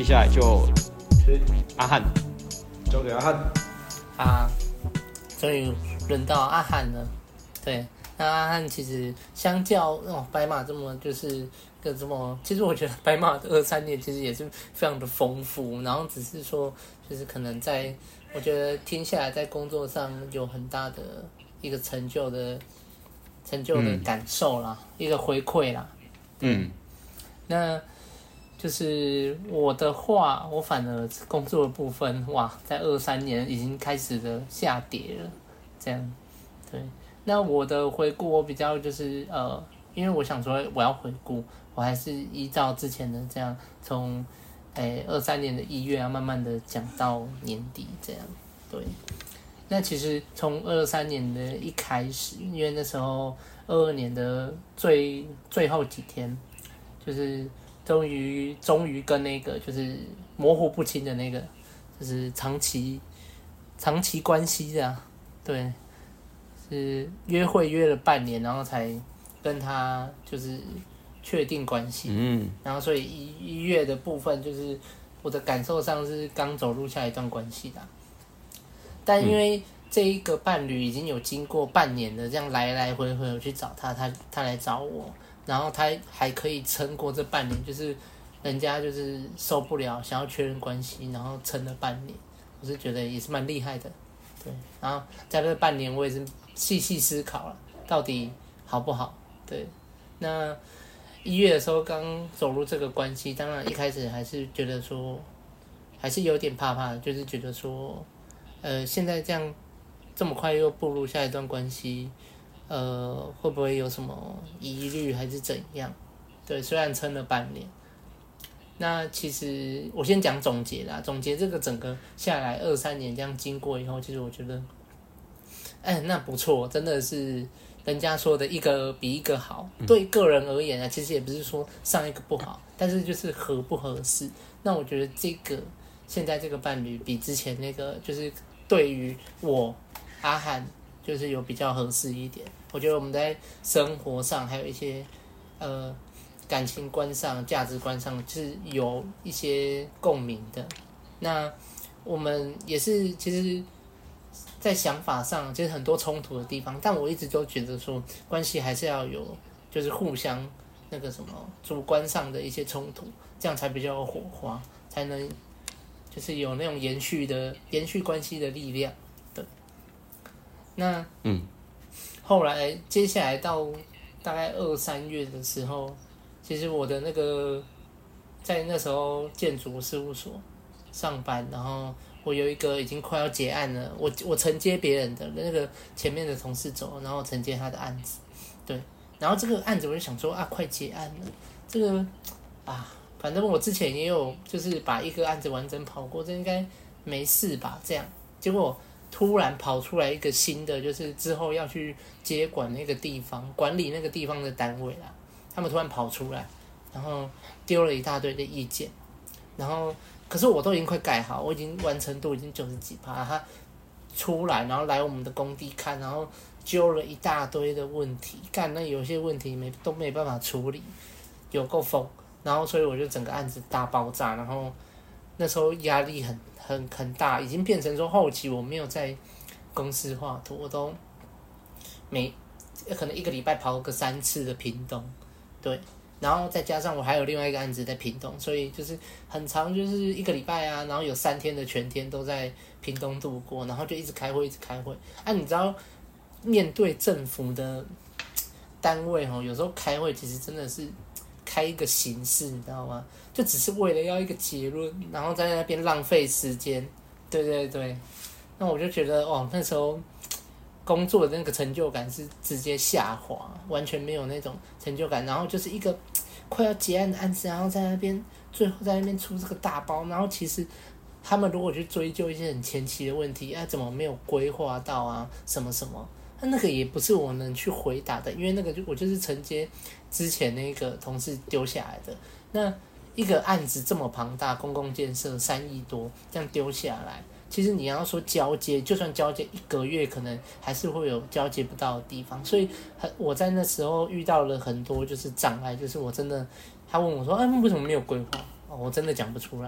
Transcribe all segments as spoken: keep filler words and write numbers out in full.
接下来就阿汉， 交给阿汉。 啊，终于轮到阿汉了。对，那阿汉其实相较哦白马这么就是个这么，其实我觉得白马的二三年其实也是非常的丰富，然后只是说就是可能在我觉得听下来在工作上有很大的一个成就的成就的感受啦，嗯、一个回馈啦。 嗯， 那就是我的话，我反而工作的部分，哇，在二三年已经开始的下跌了，这样，对。那我的回顾，我比较就是呃，因为我想说我要回顾，我还是依照之前的这样，从诶二三年的一月啊，慢慢的讲到年底这样，对。那其实从二三年的一开始，因为那时候二二年的最最后几天，就是终于终于跟那个就是模糊不清的那个，就是长期长期关系的、啊，对，是约会约了半年，然后才跟他就是确定关系， 嗯， 然后所以一一月的部分就是我的感受上是刚走入下一段关系的、啊。但因为这一个伴侣已经有经过半年的这样来来回回我去找他，他他来找我，然后他还可以撑过这半年，就是人家就是受不了，想要确认关系，然后撑了半年，我是觉得也是蛮厉害的，对。然后在这半年，我也是细细思考了，到底好不好？对。那一月的时候刚走入这个关系，当然一开始还是觉得说，还是有点怕怕，就是觉得说。呃，现在这样这么快又步入下一段关系，呃，会不会有什么疑虑还是怎样？对，虽然撑了半年，那其实我先讲总结啦，总结这个整个下来二三年这样经过以后，其实我觉得，哎，那不错，真的是人家说的一个比一个好。对个人而言啊，其实也不是说上一个不好，但是就是合不合适。那我觉得这个现在这个伴侣比之前那个就是。对于我阿汉就是有比较合适一点，我觉得我们在生活上还有一些呃感情观上、价值观上是有一些共鸣的。那我们也是其实，在想法上就是很多冲突的地方，但我一直都觉得说关系还是要有就是互相那个什么主观上的一些冲突，这样才比较有火花，才能。就是有那种延续的延续关系的力量，对。那嗯， 后来接下来到大概二三月的时候，其实我的那个在那时候建筑事务所上班，然后我有一个已经快要结案了，我我承接别人的那个前面的同事走，然后承接他的案子，对。然后这个案子我就想说啊，快结案了，这个啊。反正我之前也有，就是把一个案子完整跑过，这应该没事吧？这样，结果突然跑出来一个新的，就是之后要去接管那个地方、管理那个地方的单位啦。他们突然跑出来，然后丢了一大堆的意见，然后可是我都已经快盖好，我已经完成度已经九十几趴，他出来，然后来我们的工地看，然后揪了一大堆的问题，干那有些问题没都没办法处理，有够疯。然后，所以我就整个案子大爆炸，然后那时候压力很很很大，已经变成说后期我没有在公司画图，我都每可能一个礼拜跑个三次的屏东，对，然后再加上我还有另外一个案子在屏东，所以就是很长，就是一个礼拜啊，然后有三天的全天都在屏东度过，然后就一直开会，一直开会。啊，你知道面对政府的单位吼，有时候开会其实真的是。开一个形式，你知道吗？就只是为了要一个结论，然后在那边浪费时间。对对对，那我就觉得哦，那时候工作的那个成就感是直接下滑，完全没有那种成就感。然后就是一个快要结案的案子，然后在那边最后在那边出这个大包，然后其实他们如果去追究一些很前期的问题，啊，怎么没有规划到啊，什么什么。那个也不是我能去回答的，因为那个就我就是承接之前那个同事丢下来的。那一个案子这么庞大，公共建设三亿多，这样丢下来，其实你要说交接，就算交接一个月，可能还是会有交接不到的地方。所以我在那时候遇到了很多就是障碍，就是我真的，他问我说，啊，为什么没有规划？哦，我真的讲不出来。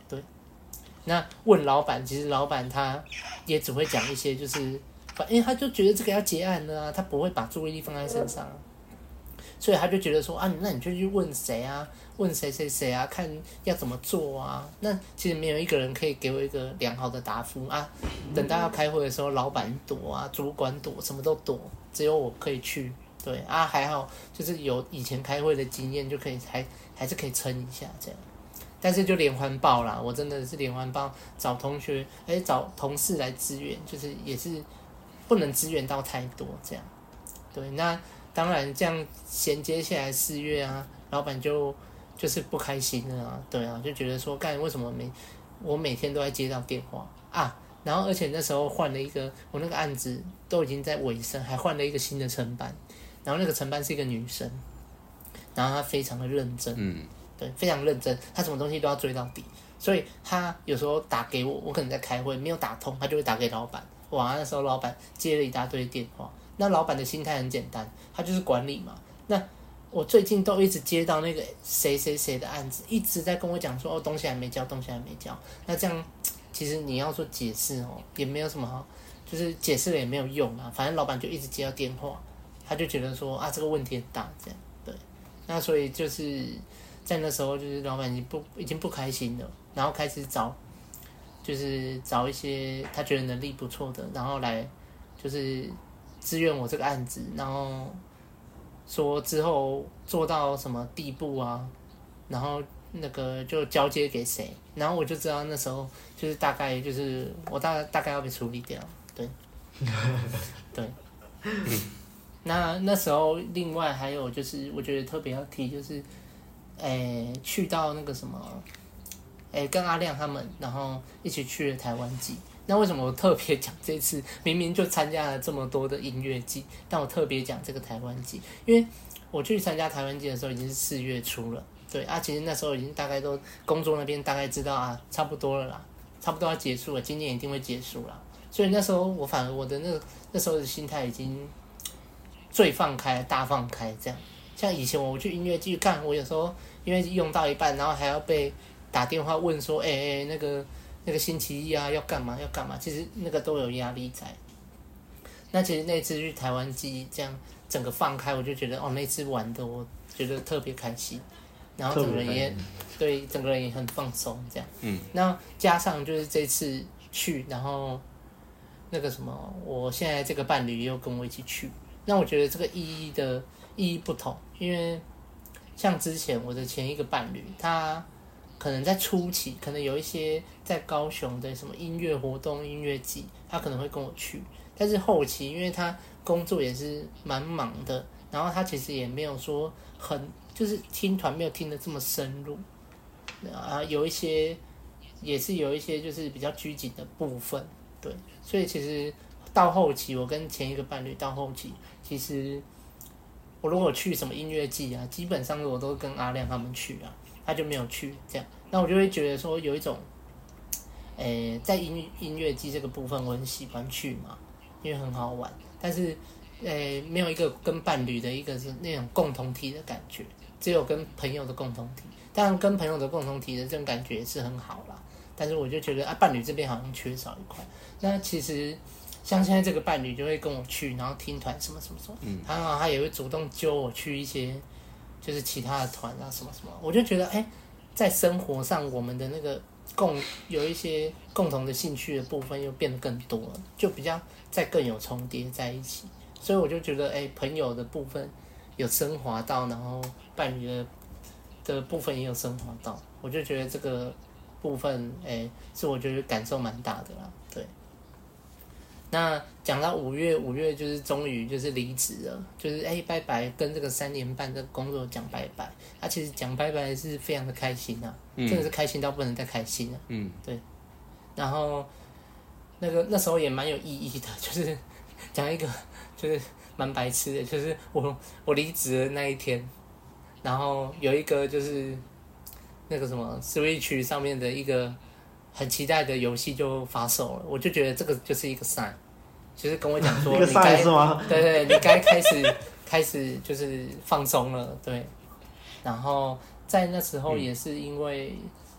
对。那问老板，其实老板他也只会讲一些，就是反正他就觉得这个要结案了啊，他不会把注意力放在身上啊，所以他就觉得说啊，那你就去问谁啊，问谁谁谁啊，看要怎么做啊。那其实没有一个人可以给我一个良好的答复啊。等到要开会的时候，老板躲啊，主管躲，什么都躲，只有我可以去。对啊，还好就是有以前开会的经验，就可以还还是可以撑一下这样。但是就连环爆啦，我真的是连环爆，找同学哎找同事来支援，就是也是不能支援到太多这样。对，那当然这样衔接下来四月啊，老板就就是不开心了啊，对啊，就觉得说干为什么每我每天都在接到电话啊，然后而且那时候换了一个我那个案子都已经在尾声，还换了一个新的承办，然后那个承办是一个女生，然后她非常的认真，嗯。对，非常认真，他什么东西都要追到底，所以他有时候打给我，我可能在开会没有打通，他就会打给老板。哇，那时候老板接了一大堆电话，那老板的心态很简单，他就是管理嘛。那我最近都一直接到那个谁谁谁的案子，一直在跟我讲说哦，东西还没交，东西还没交。那这样其实你要说解释哦，也没有什么好，就是解释了也没有用啊。反正老板就一直接到电话，他就觉得说啊这个问题很大，这样对。那所以就是。在那时候，就是老板已经不已经不开心了，然后开始找，就是找一些他觉得能力不错的，然后来就是支援我这个案子，然后说之后做到什么地步啊，然后那个就交接给谁，然后我就知道那时候就是大概就是我大大概要被处理掉，对，对，那那时候另外还有就是我觉得特别要提就是。诶，去到那个什么，诶，跟阿亮他们，然后一起去了台湾季。那为什么我特别讲这次？明明就参加了这么多的音乐季，但我特别讲这个台湾季，因为我去参加台湾季的时候已经是四月初了。对啊，其实那时候已经大概都工作那边大概知道啊，差不多了啦，差不多要结束了，今年一定会结束啦。所以那时候我反而我的那个那时候的心态已经最放开、大放开这样。像以前我去音乐季看，我有时候音乐季用到一半，然后还要被打电话问说，哎、欸、哎、欸，那个那个星期一啊，要干嘛要干嘛？其实那个都有压力在。那其实那次去台湾季这样整个放开，我就觉得哦，那次玩的我觉得特别开心，然后整个人也对整个人也很放松这样。嗯。那加上就是这次去，然后那个什么，我现在这个伴侣也有跟我一起去，那我觉得这个意义的。意义不同，因为像之前我的前一个伴侣，他可能在初期，可能有一些在高雄的什么音乐活动、音乐季，他可能会跟我去。但是后期，因为他工作也是蛮忙的，然后他其实也没有说很，就是听团没有听得这么深入，啊，有一些也是有一些就是比较拘谨的部分，对，所以其实到后期，我跟前一个伴侣到后期，其实。我如果去什么音乐季啊，基本上我都跟阿亮他们去啊，他就没有去这样，那我就会觉得说有一种，诶，在音音乐季这个部分我很喜欢去嘛，因为很好玩，但是诶没有一个跟伴侣的一个是那种共同体的感觉，只有跟朋友的共同体，当然跟朋友的共同体的这种感觉也是很好啦，但是我就觉得啊伴侣这边好像缺少一块，那其实。像现在这个伴侣就会跟我去，然后听团什么什么什么，嗯，他他也会主动揪我去一些，就是其他的团啊什么什么，我就觉得哎、欸，在生活上我们的那个共有一些共同的兴趣的部分又变得更多了，就比较再更有重叠在一起，所以我就觉得哎、欸，朋友的部分有升华到，然后伴侣的的部分也有升华到，我就觉得这个部分哎、欸，是我觉得感受蛮大的啦，对。那讲到五月，五月就是终于就是离职了，就是哎、欸、拜拜，跟这个三年半的工作讲拜拜。啊，其实讲拜拜是非常的开心啊，嗯、真的是开心到不能再开心了。嗯，对。然后那个那时候也蛮有意义的，就是讲一个就是蛮白痴的，就是我我离职的那一天，然后有一个就是那个什么 Switch 上面的一个。很期待的游戏就发售了，我就觉得这个就是一个 sign， 就是跟我讲说你该对对，你该开始开始就是放松了，对。然后在那时候也是因为、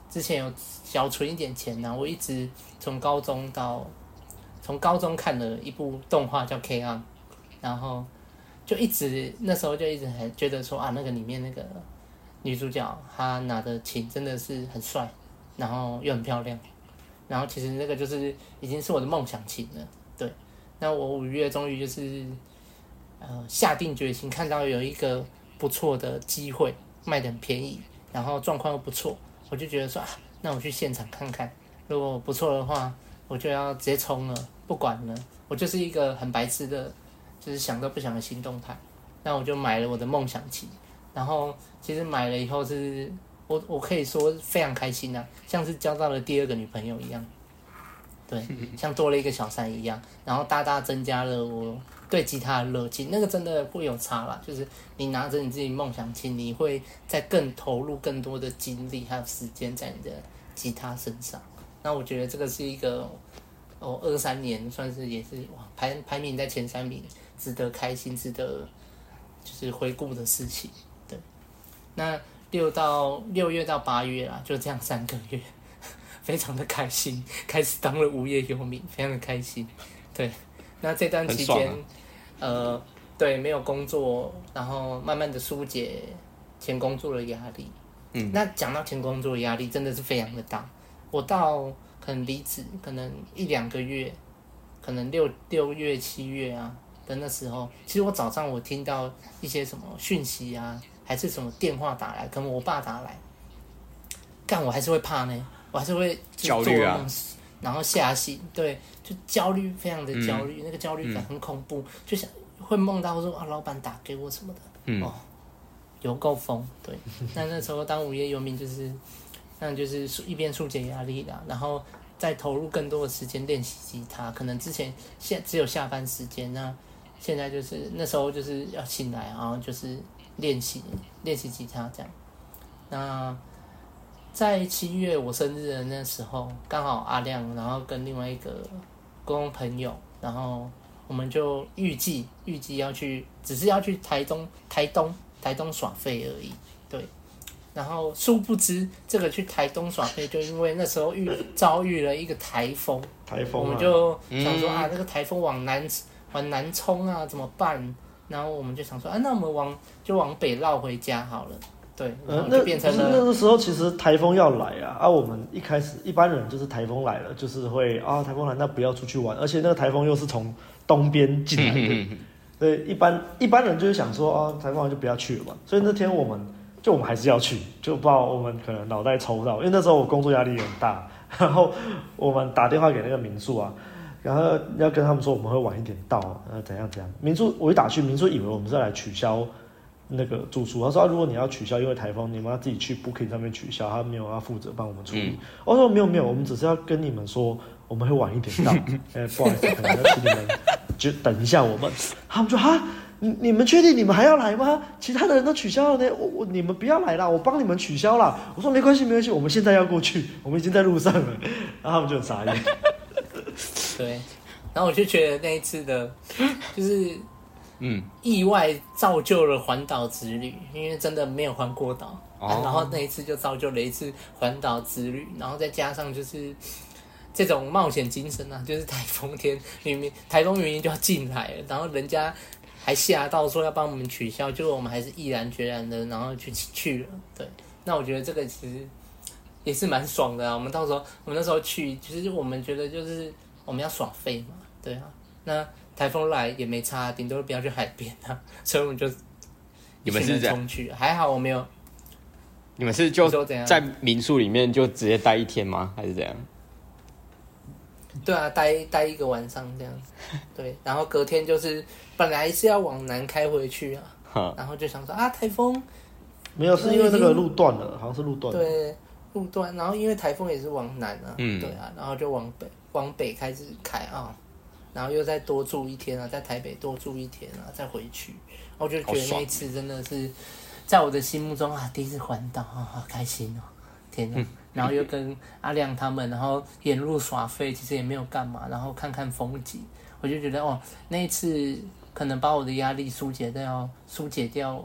之前有小存一点钱呢、啊，我一直从高中到从高中看了一部动画叫《K on》，然后就一直那时候就一直很觉得说啊，那个里面那个女主角她拿的琴真的是很帅，然后又很漂亮，然后其实那个就是已经是我的梦想琴了。对，那我五月终于就是呃下定决心，看到有一个不错的机会，卖得很便宜，然后状况又不错，我就觉得说啊，那我去现场看看，如果不错的话，我就要直接冲了，不管了。我就是一个很白痴的，就是想都不想的行动派。那我就买了我的梦想琴，然后其实买了以后是，我我可以说非常开心啊，像是交到了第二个女朋友一样，对，像多了一个小三一样，然后大大增加了我对吉他的热情，那个真的会有差啦，就是你拿着你自己梦想琴，你会再更投入更多的精力还有时间在你的吉他身上。那我觉得这个是一个，哦，二三年算是也是哇排排名在前三名，值得开心，值得就是回顾的事情。对，那六到六月到八月啦，就这样三个月，非常的开心，开始当了无业游民，非常的开心。对，那这段期间，啊、呃，对，没有工作，然后慢慢的疏解前工作的压力。嗯，那讲到前工作的压力，真的是非常的大。我到可能离职，可能一两个月，可能六六月、七月啊的那时候，其实我早上我听到一些什么讯息啊，还是什么电话打来，可能我爸打来，干我还是会怕呢，我还是会焦虑啊， 然后吓醒，对，就焦虑，非常的焦虑，嗯、那个焦虑感很恐怖，嗯、就想会梦到说啊，老板打给我什么的，嗯、哦，有够疯，对，那那时候当无业游民就是。那就是一边疏解压力啦，然后再投入更多的时间练习吉他。可能之前现只有下班时间，那现在就是那时候就是要醒来，然后就是练习练习吉他这样。那在七月我生日的那时候，刚好阿亮，然后跟另外一个公共朋友，然后我们就预计预计要去，只是要去台东台东台东耍废而已，对。然后殊不知，这个去台东耍废，就因为那时候遇遭遇了一个台风， 台风、啊， 我们就想说、嗯、啊，那个台风往南往南冲啊，怎么办？然后我们就想说啊，那我们往就往北绕回家好了。对，然后就变成了、 呃、那那个时候其实台风要来啊，啊，我们一开始一般人就是台风来了，就是会啊台风来，那不要出去玩，而且那个台风又是从东边进来的，对，一般一般人就是想说啊台风来就不要去了嘛，所以那天我们。就我们还是要去，就不知道我们可能脑袋抽到，因为那时候我工作压力也很大，然后我们打电话给那个民宿啊，然后要跟他们说我们会晚一点到，呃怎样怎样。民宿我一打去，民宿以为我们是来取消那个住宿，他说、啊、如果你要取消，因为台风，你们要自己去 Booking 上面取消，他没有要负责帮我们处理。嗯、我说没有没有，我们只是要跟你们说我们会晚一点到，哎、欸、不好意思，可能要请你们就等一下我们。他们说哈。你你们确定你们还要来吗？其他的人都取消了呢，我我你们不要来啦，我帮你们取消啦。我说没关系没关系，我们现在要过去，我们已经在路上了。然后他们就很傻眼。 对，然后我就觉得那一次的，就是嗯，意外造就了环岛之旅，因为真的没有环过岛、哦啊，然后那一次就造就了一次环岛之旅，然后再加上就是。这种冒险精神啊，就是台风天明明台风明明就要进来了，然后人家还吓到说要帮我们取消，结果我们还是毅然决然的，然后去去了。对，那我觉得这个其实也是蛮爽的啊。我们到时候我们那时候去，其实我们觉得就是我们要耍废嘛，对啊。那台风来也没差，顶多不要去海边啊，所以我们就你们是这样冲去，还好我没有。 你们是就在民宿里面就直接待一天吗？还是怎样？ 对啊，待待一个晚上这样子，对，然后隔天就是本来是要往南开回去啊，然后就想说啊，台风没有，是因为这个路断了，好像是路断了， 对，路断，然后因为台风也是往南啊，嗯，对啊，然后就往北往北开始开啊，然后又再多住一天啊，在台北多住一天啊，再回去，我就觉得那一次真的是在我的心目中啊，第一次环岛啊，好开心哦，天哪！嗯然后又跟阿亮他们，然后沿路耍废，其实也没有干嘛，然后看看风景，我就觉得哦，那一次可能把我的压力疏解掉，疏解掉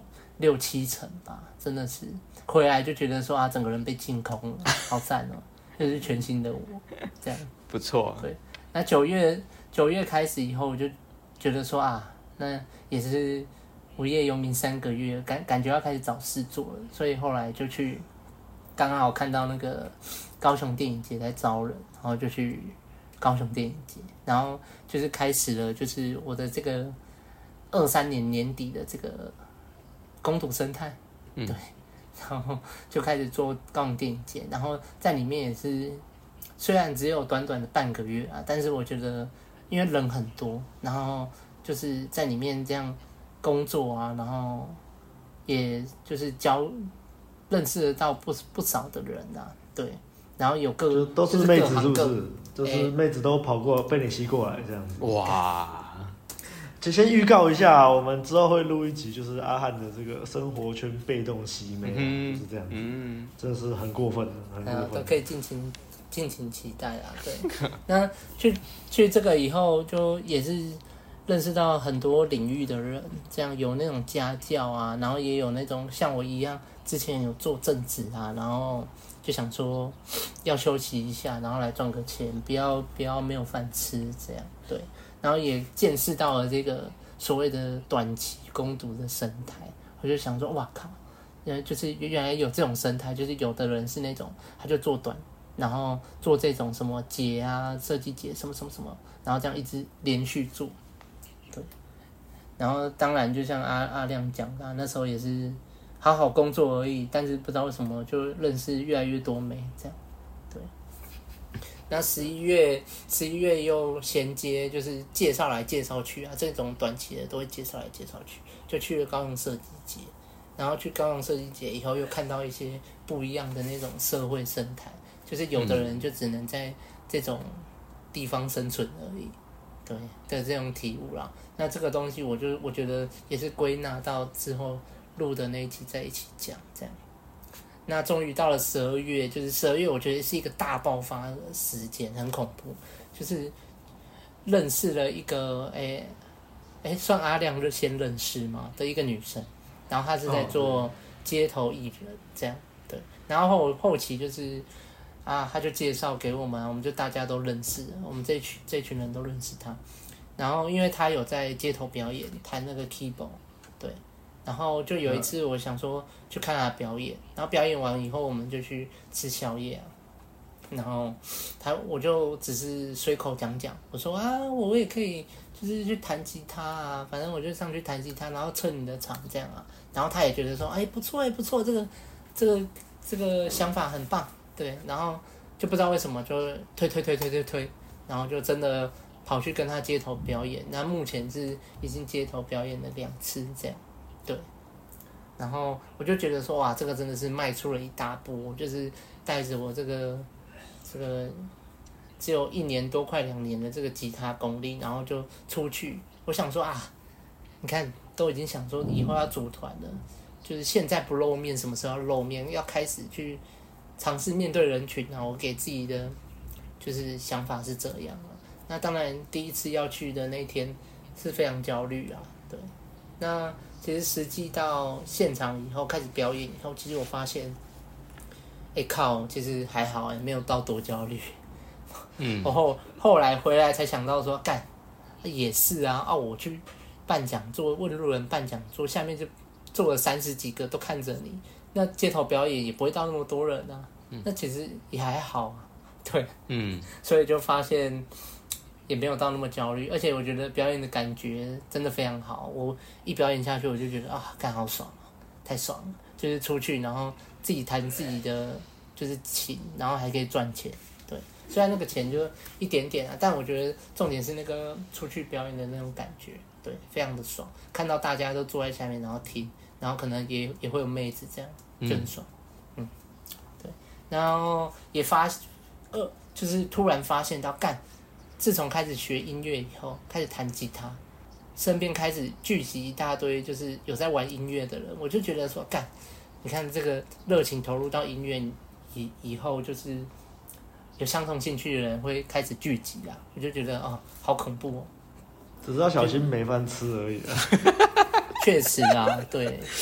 六七成吧，真的是回来就觉得说啊，整个人被清空了，好赞哦，就是全新的我，这样不错。 对，那九月九月开始以后，我就觉得说啊，那也是无业游民三个月，感感觉要开始找事做了，所以后来就去，刚好看到那个高雄电影节在招人，然后就去高雄电影节，然后就是开始了，就是我的这个二三年年底的这个工读生态，嗯、对，然后就开始做高雄电影节，然后在里面也是，虽然只有短短的半个月啊，但是我觉得因为人很多，然后就是在里面这样工作啊，然后也就是交认识得到不不少的人啊，对。然后有各都是妹子，是不是？就是妹子都跑过被你吸过来这样子。 哇！ 就先预告一下，我们之后会录一集，就是阿汉的这个生活圈被动吸妹，嗯、就是这样子。嗯，真的是很过分的，很过分。 都可以尽情敬请期待啦。对，那去去这个以后，就也是认识到很多领域的人，这样有那种家教啊，然后也有那种像我一样之前有做正职啊，然后。就想说要休息一下，然后来赚个钱，不要不要没有饭吃这样，对。然后也见识到了这个所谓的短期工读的生态，我就想说，哇靠，就是原来有这种生态，就是有的人是那种他就做短，然后做这种什么节啊、设计节什么什么什么，然后这样一直连续做，对。然后当然就像阿阿亮讲的，那时候也是。好好工作而已，但是不知道为什么就认识越来越多妹，这样，对。那十一月，十一月又衔接，就是介绍来介绍去啊，这种短期的都会介绍来介绍去，就去了高雄设计节，然后去高雄设计节以后，又看到一些不一样的那种社会生态，就是有的人就只能在这种地方生存而已，对的这种体悟啦。那这个东西，我就我觉得也是归纳到之后。录的那一集在一起讲，这样，那终于到了十二月，就是十二月，我觉得是一个大爆发的时间，很恐怖，就是认识了一个，哎、欸，哎、欸，算阿亮先认识嘛的一个女生，然后她是在做街头艺人，这样，对，然后后后期就是啊，她就介绍给我们，我们就大家都认识，我们这群这群人都认识她，然后因为她有在街头表演，弹那个 keyboard， 对。然后就有一次，我想说去看他表演，然后表演完以后，我们就去吃宵夜啊。然后他，我就只是随口讲讲，我说啊，我也可以，就是去弹吉他啊，反正我就上去弹吉他，然后蹭你的场这样啊。然后他也觉得说，哎，不错哎，不错，这个这个这个想法很棒，对。然后就不知道为什么就推推推推推推，然后就真的跑去跟他街头表演。那目前是已经街头表演了两次这样。对，然后我就觉得说哇，这个真的是迈出了一大步，就是带着我这个这个只有一年多快两年的这个吉他功力，然后就出去。我想说啊，你看都已经想说以后要组团了，就是现在不露面，什么时候要露面？要开始去尝试面对人群啊！我给自己的就是想法是这样啊。那当然，第一次要去的那天是非常焦虑啊，对。那其实实际到现场以后，开始表演以后，其实我发现，哎、欸、靠，其实还好哎、欸，没有到多焦虑。嗯。然后后来回来才想到说，干，也是啊，啊，我去办讲座，问路人办讲座，下面就坐了三十几个都看着你，那街头表演也不会到那么多人啊，嗯、那其实也还好啊，对。嗯。所以就发现。也没有到那么焦虑，而且我觉得表演的感觉真的非常好。我一表演下去，我就觉得啊，干好爽，太爽了！就是出去，然后自己弹自己的就是琴，然后还可以赚钱。对，虽然那个钱就一点点啊，但我觉得重点是那个出去表演的那种感觉，对，非常的爽。看到大家都坐在下面，然后听，然后可能也也会有妹子这样，就很爽。嗯，嗯对，然后也发，呃，就是突然发现到干。自从开始学音乐以后，开始弹吉他，身边开始聚集一大堆就是有在玩音乐的人，我就觉得说，干，你看这个热情投入到音乐以以后，就是有相同兴趣的人会开始聚集啊，我就觉得哦，好恐怖哦。 只是要小心没饭吃而已啊。 确实啊，对。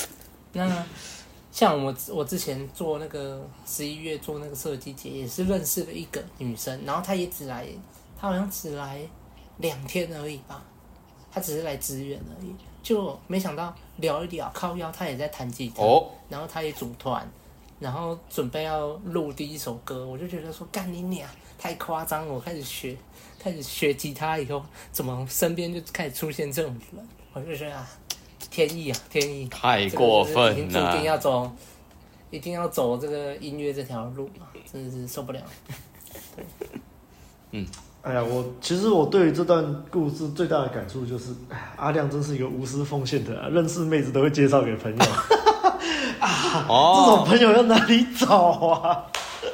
那像我我之前做那个十一月做那个设计节，也是认识了一个女生，然后她也只来，她好像只来两天而已吧，她只是来支援而已，就没想到聊一聊，靠腰她也在弹吉他，哦、然后她也组团，然后准备要录第一首歌，我就觉得说干你娘，太夸张了！我开始学，开始学吉他以后，怎么身边就开始出现这种人？我就觉得啊，天意啊，天意！ 太过分了， 已经注定要走，一定要走这个音乐这条路嘛，真的是受不了。对， 嗯，哎呀，我其实我对于这段故事最大的感触就是，阿亮真是一个无私奉献的、啊，认识妹子都会介绍给朋友。啊，哦、这种朋友要哪里找啊？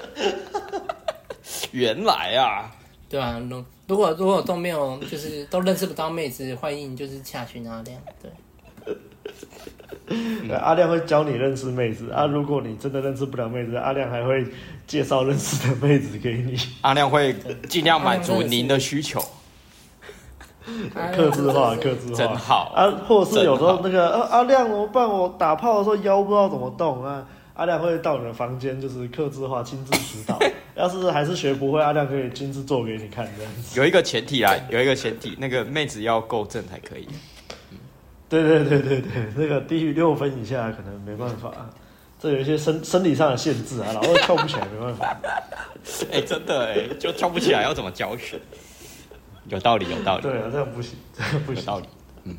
原来啊， 对啊，如果如果都没有，就是都认识不到妹子，欢迎就是洽询阿亮，对。 嗯、阿亮会教你认识妹子啊，如果你真的认识不了妹子，阿亮还会介绍认识的妹子给你。 阿亮会尽量满足您的需求。 客制化，客制化， 真好啊！或者是有时候那个、啊、阿亮怎么办？我打炮的时候腰不知道怎么动啊。阿亮会到你的房间，就是客制化亲自指导。要是还是学不会，阿亮可以亲自做给你看这样子。 有一个前提啦，有一个前提，那个妹子要够正才可以。 嗯、对对对对对，那个低于六分以下可能没办法，这有一些生生理上的限制啊，然后跳不起来没办法。 哎、欸，真的哎、欸，就跳不起来要怎么教学？有道理，有道理。 对啊，这样不行，这样不行。 有道理。嗯。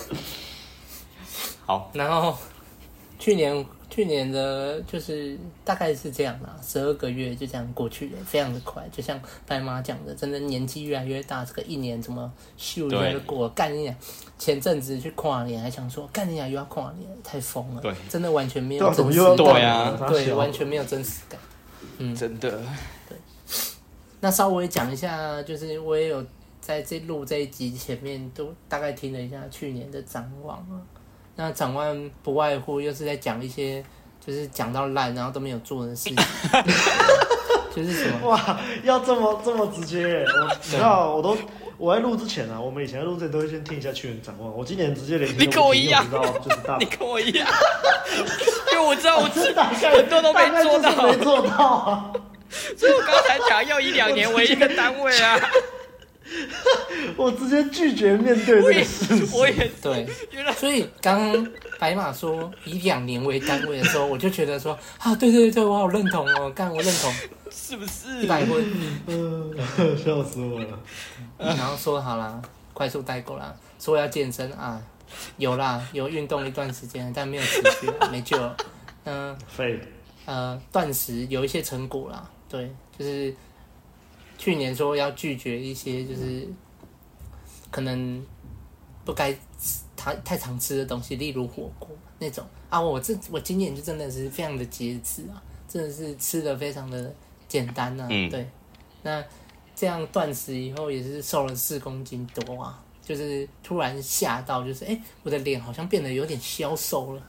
好。 然后去年去年的就是大概是这样啦，十二个月就这样过去了，非常的快。就像白妈讲的，真的年纪越来越大，这个一年怎么咻一下就过了？干你俩！前阵子去跨年，还想说干你俩又要跨年，太疯了。 对。 真的完全没有真实感。 对啊。 对，完全没有真实感。 嗯，真的。 对。那稍微讲一下，就是我也有。在这录这一集前面都大概听了一下去年的展望啊，那展望不外乎又是在讲一些就是讲到烂然后都没有做的事情，就是什么哇，要这么这么直接，我你知道我都我在录之前啊，我们以前在录之前都会先听一下去年展望，我今年直接连听都不听， 你跟我一样， 你知道就是大， 你跟我一样，因为我知道我知道很多都没做到， 没做到啊， 所以我刚才讲要以两年为一个单位啊。 我直接拒绝面对这个事实。 我也对，所以刚刚白马说以两年为单位的时候，我就觉得说啊，对对对，我好认同哦，干我认同， 是不是一百分？ 嗯，笑死我了。 然后说好啦，快速带过啦，说要健身啊，有啦，有运动一段时间，但没有持续，没救了。嗯、呃， 废。 呃，断食有一些成果啦，对，就是。去年说要拒绝一些就是可能不该太太常吃的东西，例如火锅那种啊。我这我今年就真的是非常的节制啊，真的是吃的非常的简单啊。嗯、对，那这样断食以后也是瘦了四公斤多啊，就是突然吓到，就是哎、欸，我的脸好像变得有点消瘦了。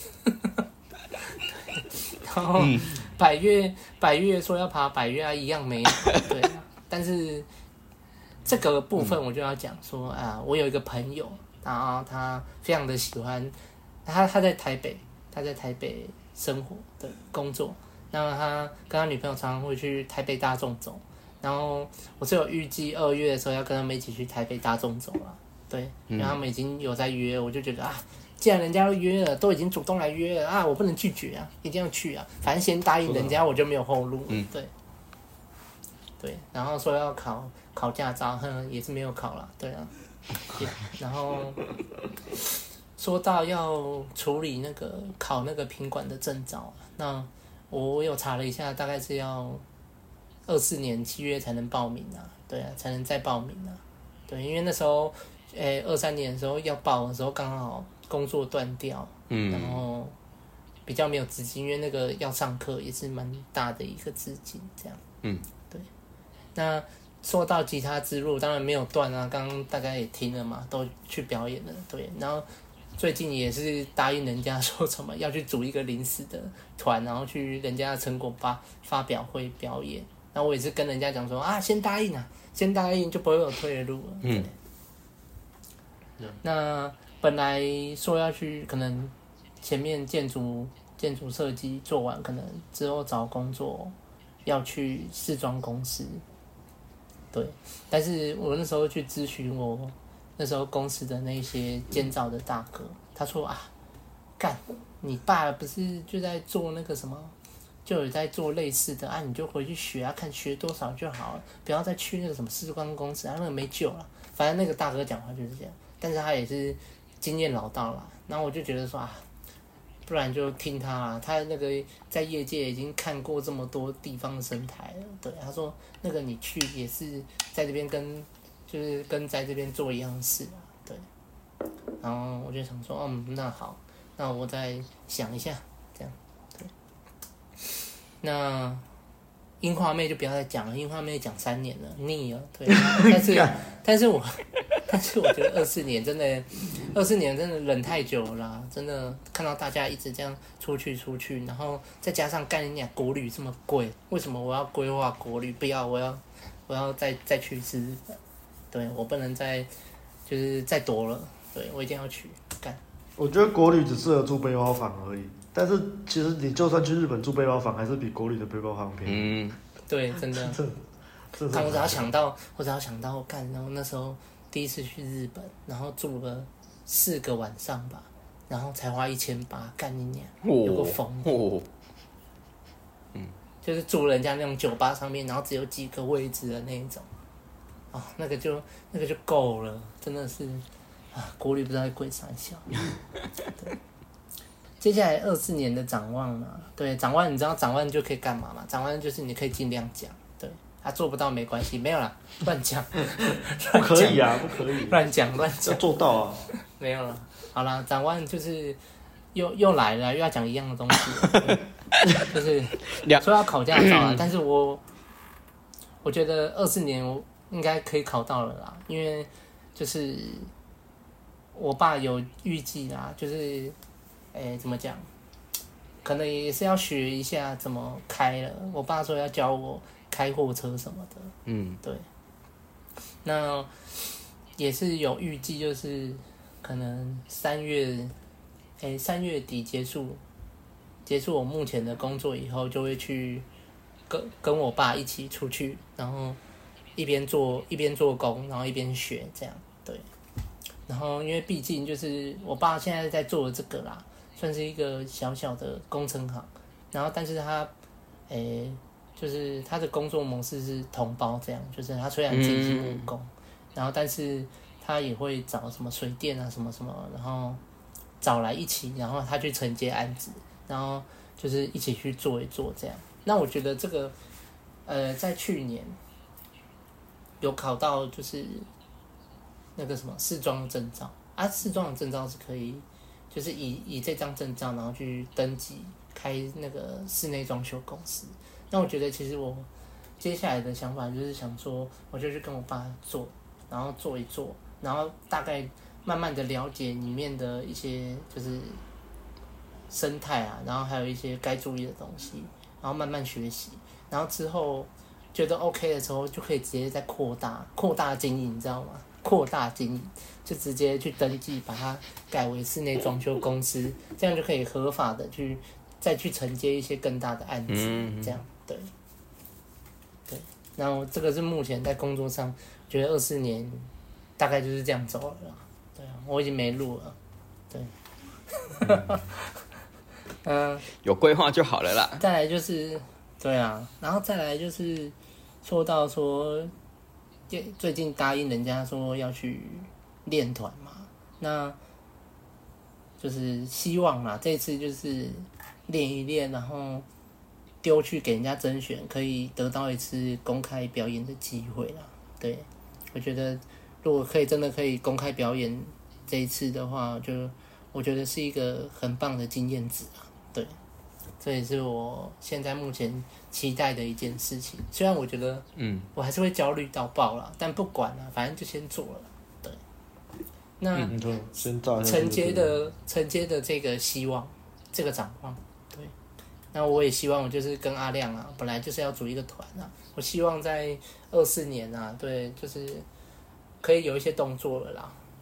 然后百越百越说要爬百越啊，一样没有，对啊。但是这个部分我就要讲说啊，我有一个朋友，然后他非常的喜欢，他他在台北，他在台北生活的工作，那么他跟他女朋友常常会去台北大众走，然后我是有预计二月的时候要跟他们一起去台北大众走了，对，然后他们已经有在约，我就觉得啊。既然人家都约了，都已经主动来约了啊，我不能拒绝啊，一定要去啊！反正先答应人家，我就没有后路。嗯，对，对。然后说要考考驾照，哼，也是没有考了，对啊。然后说到要处理那个考那个品管的证照，那我有查了一下，大概是要二四年七月才能报名啊，对啊，才能再报名啊，对，因为那时候，诶，二三年的时候要报的时候刚好。工作断掉，嗯，然后比较没有资金，因为那个要上课也是蛮大的一个资金，这样，嗯，对。那说到吉他之路，当然没有断啊，刚刚大家也听了嘛，都去表演了，对。然后最近也是答应人家说什么要去组一个临时的团，然后去人家的成果发发表会表演。那我也是跟人家讲说啊，先答应啊，先答应就不会有退路了，嗯。那本来说要去可能前面建筑建筑设计做完，可能之后找工作要去试装公司，对。但是我那时候去咨询我那时候公司的那些监造的大哥，他说啊，干，你爸不是就在做那个什么，就有在做类似的啊，你就回去学啊，看学多少就好了，不要再去那个什么试装公司啊，那个没救了。反正那个大哥讲话就是这样，但是他也是经验老道啦。然后我就觉得说啊，不然就听他啦，他那个在业界已经看过这么多地方的生态了。对，他说那个你去也是在这边跟就是跟在这边做一样的事啊，对。然后我就想说，嗯，那好，那我再想一下，这样，对。那樱花妹就不要再讲了，樱花妹讲三年了，腻了，对。但是，但是我，但是我觉得二四年真的，二四年真的忍太久了啦，真的看到大家一直这样出去出去，然后再加上干你俩国旅这么贵，为什么我要规划国旅？不要，我要，我要再再去一次日本，对我不能再就是再多了，对我一定要去干。 我觉得国旅只适合住背包房而已。但是其实你就算去日本住背包房，还是比国旅的背包房便宜。 嗯， 对，真的。 这看我只要想到，我只要想到干，然后那时候第一次去日本，然后住了四个晚上吧，然后才花一千八，干你娘，有个疯。 哦， 嗯，就是住人家那种酒吧上面，然后只有几个位置的那一种，哦，那个就那个就够了，真的是啊，国旅不知道在贵啥小。对。接下来二四年的展望嘛，对，展望你知道展望就可以干嘛嘛？展望就是你可以尽量讲，对，他、啊、做不到没关系，没有啦，乱讲， 不可以啊，不可以， 乱讲乱讲， 要做到啊， 没有了，好啦，展望就是又又来了，又要讲一样的东西，就是说要考驾照啊，但是我我觉得二四年我应该可以考到了啦，因为就是我爸有预计啦，就是。哎，怎么讲？可能也是要学一下怎么开了。我爸说要教我开货车什么的。 嗯， 对。那也是有预计，就是可能三月，哎，三月底结束，结束我目前的工作以后，就会去跟跟我爸一起出去，然后一边做一边做工，然后一边学这样。对。然后因为毕竟就是我爸现在在做的这个啦。算是一个小小的工程行，然后但是他，诶，就是他的工作模式是同包这样，就是他虽然自己是木工，嗯、然后但是他也会找什么水电啊什么什么，然后找来一起，然后他去承接案子，然后就是一起去做一做这样。那我觉得这个，呃，在去年有考到就是那个什么试装证照啊，试装的证照是可以。就是以以这张证照，然后去登记开那个室内装修公司。那我觉得其实我接下来的想法就是想说，我就去跟我爸做，然后做一做，然后大概慢慢的了解里面的一些就是生态啊，然后还有一些该注意的东西，然后慢慢学习，然后之后觉得 OK 的时候，就可以直接再扩大扩大经营，你知道吗？扩大经营，就直接去登记，把它改为室内装修公司，这样就可以合法的去再去承接一些更大的案子，嗯、这样对，对。然后这个是目前在工作上，觉得二四年大概就是这样走了啦，对啊，我已经没路了，对，嗯， 有规划就好了啦。 再来就是，对啊，然后再来就是说到说。最近答应人家说要去练团嘛，那就是希望啦，这次就是练一练，然后丢去给人家甄选，可以得到一次公开表演的机会啦。对，我觉得如果可以真的可以公开表演这一次的话，就我觉得是一个很棒的经验值啊。对，这也是我现在目前期待的一件事情。虽然我觉得，嗯，我还是会焦虑到爆啦，但不管啦，反正就先做了。对，那嗯，先照承接的承接的这个希望，这个展望，对。那我也希望我就是跟阿亮啊，本来就是要组一个团啊，我希望在二四年啊，对，就是可以有一些动作了啦。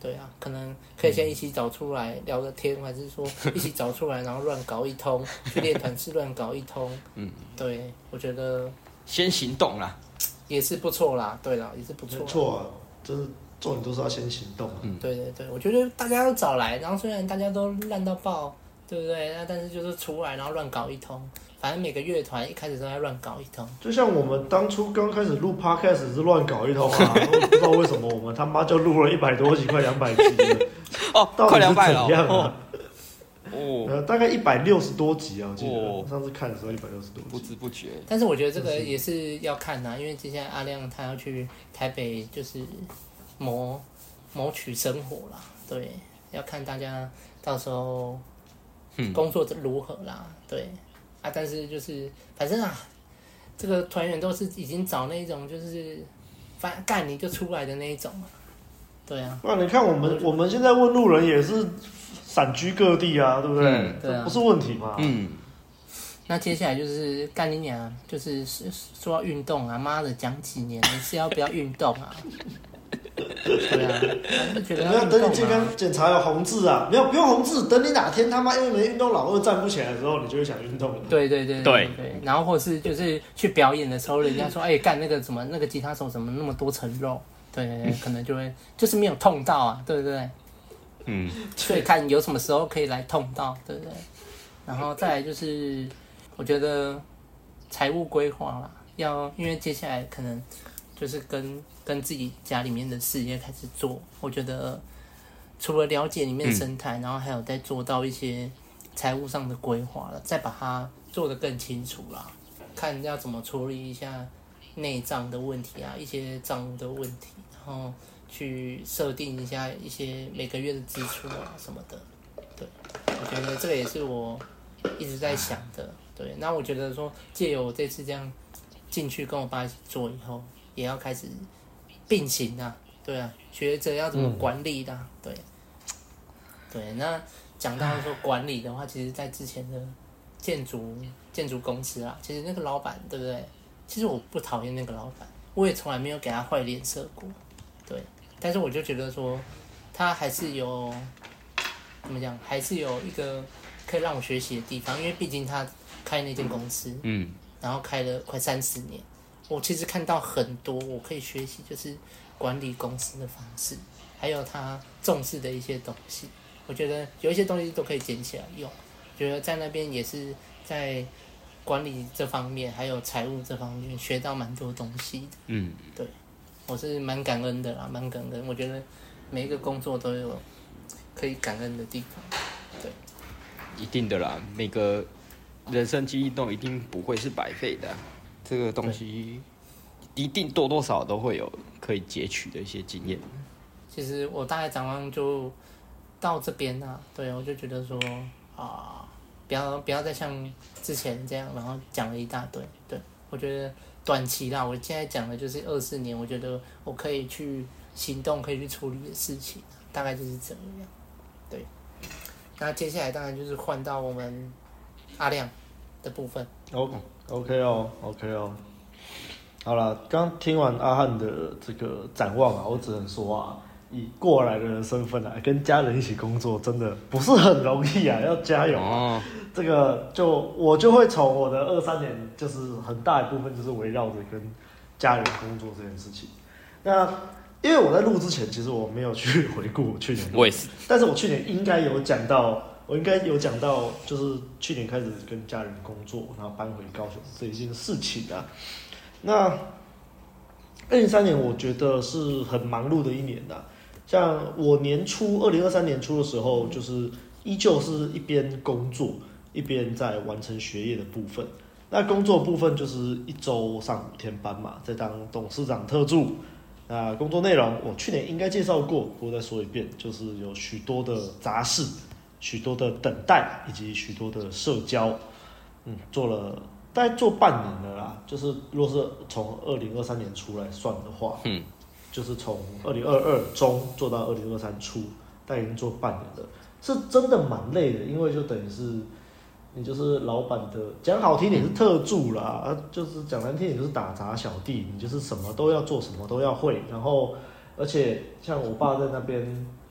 对啊，可能可以先一起找出来聊个天，还是说一起找出来，然后乱搞一通，去练团室乱搞一通。嗯，对，我觉得先行动啦， 也是不错啦。对啦，也是不错。 没错啊，就是重点都是要先行动啊。 嗯，对对对，我觉得大家都找来，然后虽然大家都烂到爆，对不对？那但是就是出来然后乱搞一通。反正每个乐团一开始都在乱搞一通， 就像我们当初刚开始录 podcast 是乱搞一通啊，我不知道为什么我们他妈就录了一百多集，快两百集了。 哦， 到底是怎了样啊？ 哦， 呃，大概一百六十多集啊，我记得、哦、上次看的时候一百六十多集， 不知不觉。 但是我觉得这个也是要看呐、啊，因为接下来阿亮他要去台北，就是谋谋取生活啦，对，要看大家到时候工作如何啦，对。啊，但是就是反正啊，这个团员都是已经找那种就是翻干你就出来的那一种嘛，对啊。 那你看我们我们现在问路人也是散居各地啊，对不对？嗯、对啊，不是问题嘛。嗯。 那接下来就是干你娘，就是说要运动啊，妈的讲几年，你是要不要运动啊？对啊，就觉得要等你健康检查有红字啊，没有不用红字，等你哪天他妈因为没运动老二站不起来的时候，你就会想运动了。 对对对对对，然后或是就是去表演的时候，人家说哎干那个什么那个吉他手怎么那么多层肉，对，可能就会就是没有痛到啊，对不对？嗯，所以看有什么时候可以来痛到，对不对？然后再来就是我觉得财务规划啦，要因为接下来可能就是跟。跟自己家里面的事业开始做，我觉得除了了解里面的生态、嗯，然后还有再做到一些财务上的规划了，再把它做得更清楚啦，看要怎么处理一下内账的问题啊，一些账务的问题，然后去设定一下一些每个月的支出啊什么的。对，我觉得这个也是我一直在想的。对，那我觉得说借由我这次这样进去跟我爸一起做以后，也要开始。并行啊，对啊，学着要怎么管理的、啊嗯，对，对。那讲到说管理的话，其实，在之前的建筑建筑公司啊，其实那个老板，对不对？其实我不讨厌那个老板，我也从来没有给他坏脸色过，对。但是我就觉得说，他还是有怎么讲，还是有一个可以让我学习的地方，因为毕竟他开那间公司，嗯，然后开了快三十年。我其实看到很多我可以学习，就是管理公司的方式，还有他重视的一些东西。我觉得有一些东西都可以捡起来用。觉得在那边也是在管理这方面，还有财务这方面学到蛮多东西的。嗯，对，我是蛮感恩的啦，蛮感恩。我觉得每一个工作都有可以感恩的地方。对， 一定的啦，每个人生经历都一定不会是白费的。这个东西一定多多少少都会有可以截取的一些经验。 其实我大概展望就到这边啊，对，我就觉得说啊，不要不要再像之前这样，然后讲了一大堆。对，我觉得短期啦，我现在讲的就是二四年，我觉得我可以去行动，可以去处理的事情，大概就是这样。对，那接下来当然就是换到我们阿亮的部分。 哦。OK 哦 ，OK 哦，好了，刚听完阿汉的这个展望啊，我只能说啊，以过来人的身份啊，跟家人一起工作真的不是很容易啊，要加油啊！哦、这个就我就会从我的二三年，就是很大一部分就是围绕着跟家人工作这件事情。那因为我在录之前，其实我没有去回顾去年， 我也是， 但是我去年应该有讲到。我应该有讲到，就是去年开始跟家人工作，然后搬回高雄这一件事情啊。那二零二三年我觉得是很忙碌的一年啊。像我年初二零二三年初的时候，就是依旧是一边工作一边在完成学业的部分。那工作部分就是一周上五天班嘛，在当董事长特助。那工作内容我去年应该介绍过，我再说一遍，就是有许多的杂事。许多的等待以及许多的社交，嗯，做了大概做半年了啦。就是如果是从二零二三年初来算的话，嗯，就是从二零二二中做到二零二三初，大概已经做半年了，是真的蛮累的，因为就等于是你就是老板的，讲好听点是特助啦，啊，就是讲难听点就是打杂小弟，你就是什么都要做，什么都要会，然后而且像我爸在那边。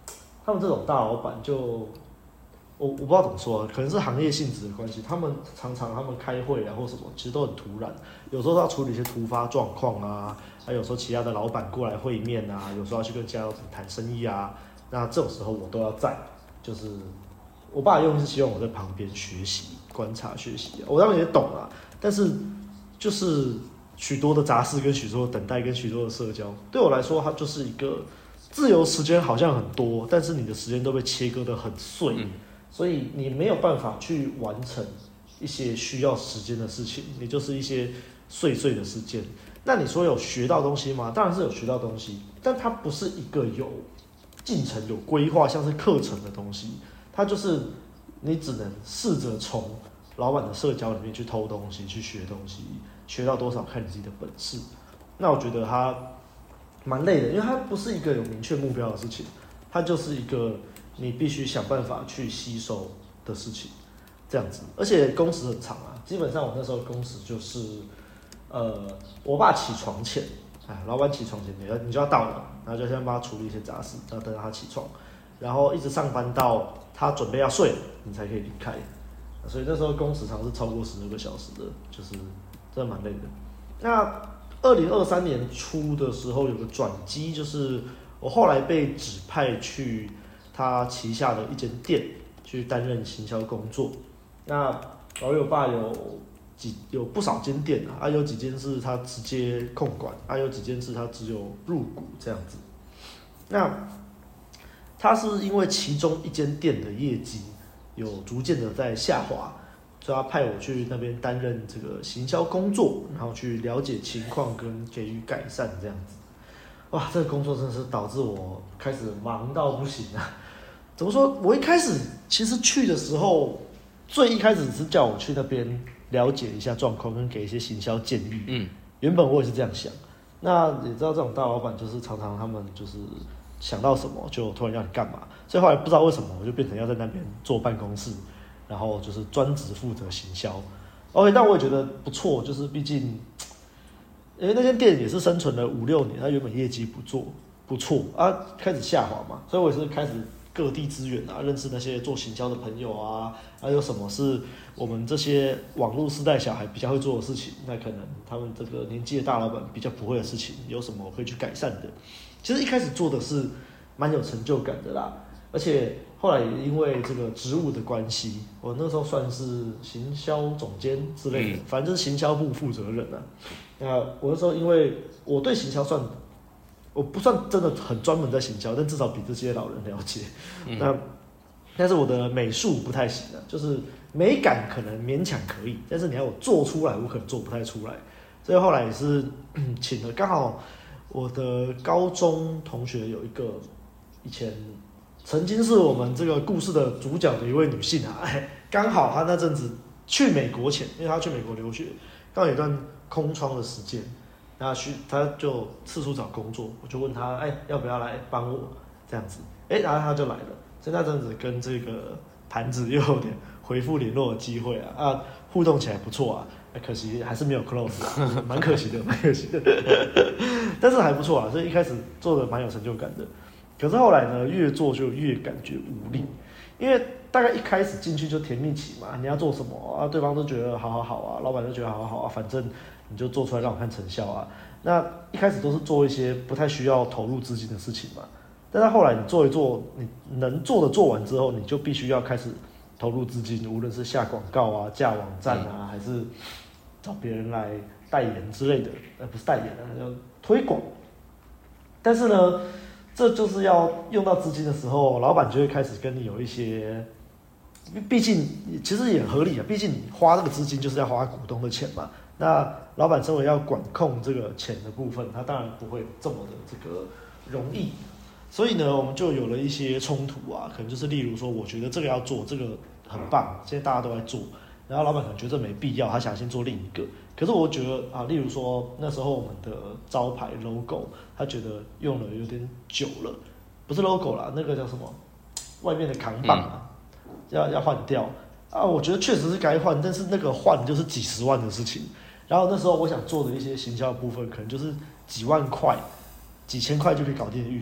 他们这种大老板就。我我不知道怎么说，可能是行业性质的关系，他们常常他们开会啊或什么，其实都很突然，有时候要处理一些突发状况啊，还有时候其他的老板过来会面啊，有时候要去跟其他老板谈生意啊，那这种时候我都要在，就是我爸用是希望我在旁边学习、观察、学习、啊，我当然也懂啊，但是就是许多的杂事跟许多的等待跟许多的社交，对我来说，它就是一个自由时间好像很多，但是你的时间都被切割得很碎。嗯，所以你没有办法去完成一些需要时间的事情，你就是一些碎碎的时间。那你说有学到东西吗？当然是有学到东西，但它不是一个有进程、有规划，像是课程的东西。它就是你只能试着从老板的社交里面去偷东西、去学东西，学到多少看你自己的本事。那我觉得它蛮累的，因为它不是一个有明确目标的事情，它就是一个你必须想办法去吸收的事情，这样子。而且工时很长啊，基本上我那时候工时就是，呃，我爸起床前，哎，老板起床前你要你就要到了，然后就先帮他处理一些杂事，然后等到他起床，然后一直上班到他准备要睡了，你才可以离开。所以那时候工时长是超过十二个小时的，就是真的蛮累的。那二零二三年初的时候有个转机，就是我后来被指派去他旗下的一间店去担任行销工作。那老友爸有几有不少间店啊，啊有几间是他直接控管，啊有几间是他只有入股这样子。那他是因为其中一间店的业绩有逐渐的在下滑，所以他派我去那边担任这个行销工作，然后去了解情况跟给予改善这样子。哇，这个工作真的是导致我开始忙到不行啊！怎么说？我一开始其实去的时候，最一开始只是叫我去那边了解一下状况，跟给一些行销建议。嗯，原本我也是这样想。那你知道这种大老板就是常常他们就是想到什么就突然要你干嘛，所以后来不知道为什么我就变成要在那边坐办公室，然后就是专职负责行销。OK， 但我也觉得不错，就是毕竟。因为那间店也是生存了五六年，它原本业绩不错不错啊，开始下滑嘛，所以我也是开始各地资源啊，认识那些做行销的朋友啊，还有什么是我们这些网络世代小孩比较会做的事情，那可能他们这个年纪的大老板比较不会的事情，有什么我可以去改善的。其实一开始做的是蛮有成就感的啦，而且后来也因为这个职务的关系，我那时候算是行销总监之类的，反正就是行销部负责人啊。那我那时候因为我对行销算，我不算真的很专门在行销，但至少比这些老人了解。嗯、那但是我的美术不太行啊，就是美感可能勉强可以，但是你要我做出来，我可能做不太出来。所以后来也是请了，刚好我的高中同学有一个以前曾经是我们这个故事的主角的一位女性啊，刚好她那阵子去美国前，因为她去美国留学，刚好有一段空窗的时间，那去他就四处找工作，我就问他，哎、欸，要不要来帮我这样子？哎、欸，然后他就来了。所以那阵子跟这个盘子又有点回复联络的机会啊，啊，互动起来不错啊，可惜还是没有 close 啊，蛮可惜的，蛮可惜的。但是还不错啊，所以一开始做的蛮有成就感的。可是后来呢，越做就越感觉无力，因为大概一开始进去就甜蜜期嘛，你要做什么啊？对方都觉得好好好啊，老板都觉得好好好啊，反正你就做出来让我看成效啊。那一开始都是做一些不太需要投入资金的事情嘛，但是后来你做一做，你能做的做完之后，你就必须要开始投入资金，无论是下广告啊、架网站啊，还是找别人来代言之类的，呃，不是代言啊，叫推广。但是呢，这就是要用到资金的时候，老板就会开始跟你有一些，毕竟其实也很合理啊，毕竟你花这个资金就是要花股东的钱嘛。那老板身为要管控这个钱的部分，他当然不会这么的这个容易。所以呢，我们就有了一些冲突啊，可能就是例如说，我觉得这个要做，这个很棒，现在大家都在做，然后老板可能觉得这没必要，他想先做另一个。可是我觉得啊，例如说那时候我们的招牌 logo， 他觉得用了有点久了，不是 logo 啦，那个叫什么，外面的扛棒啊，嗯、要要换掉啊。我觉得确实是该换，但是那个换就是几十万的事情。然后那时候我想做的一些行销的部分，可能就是几万块、几千块就可以搞定的预算。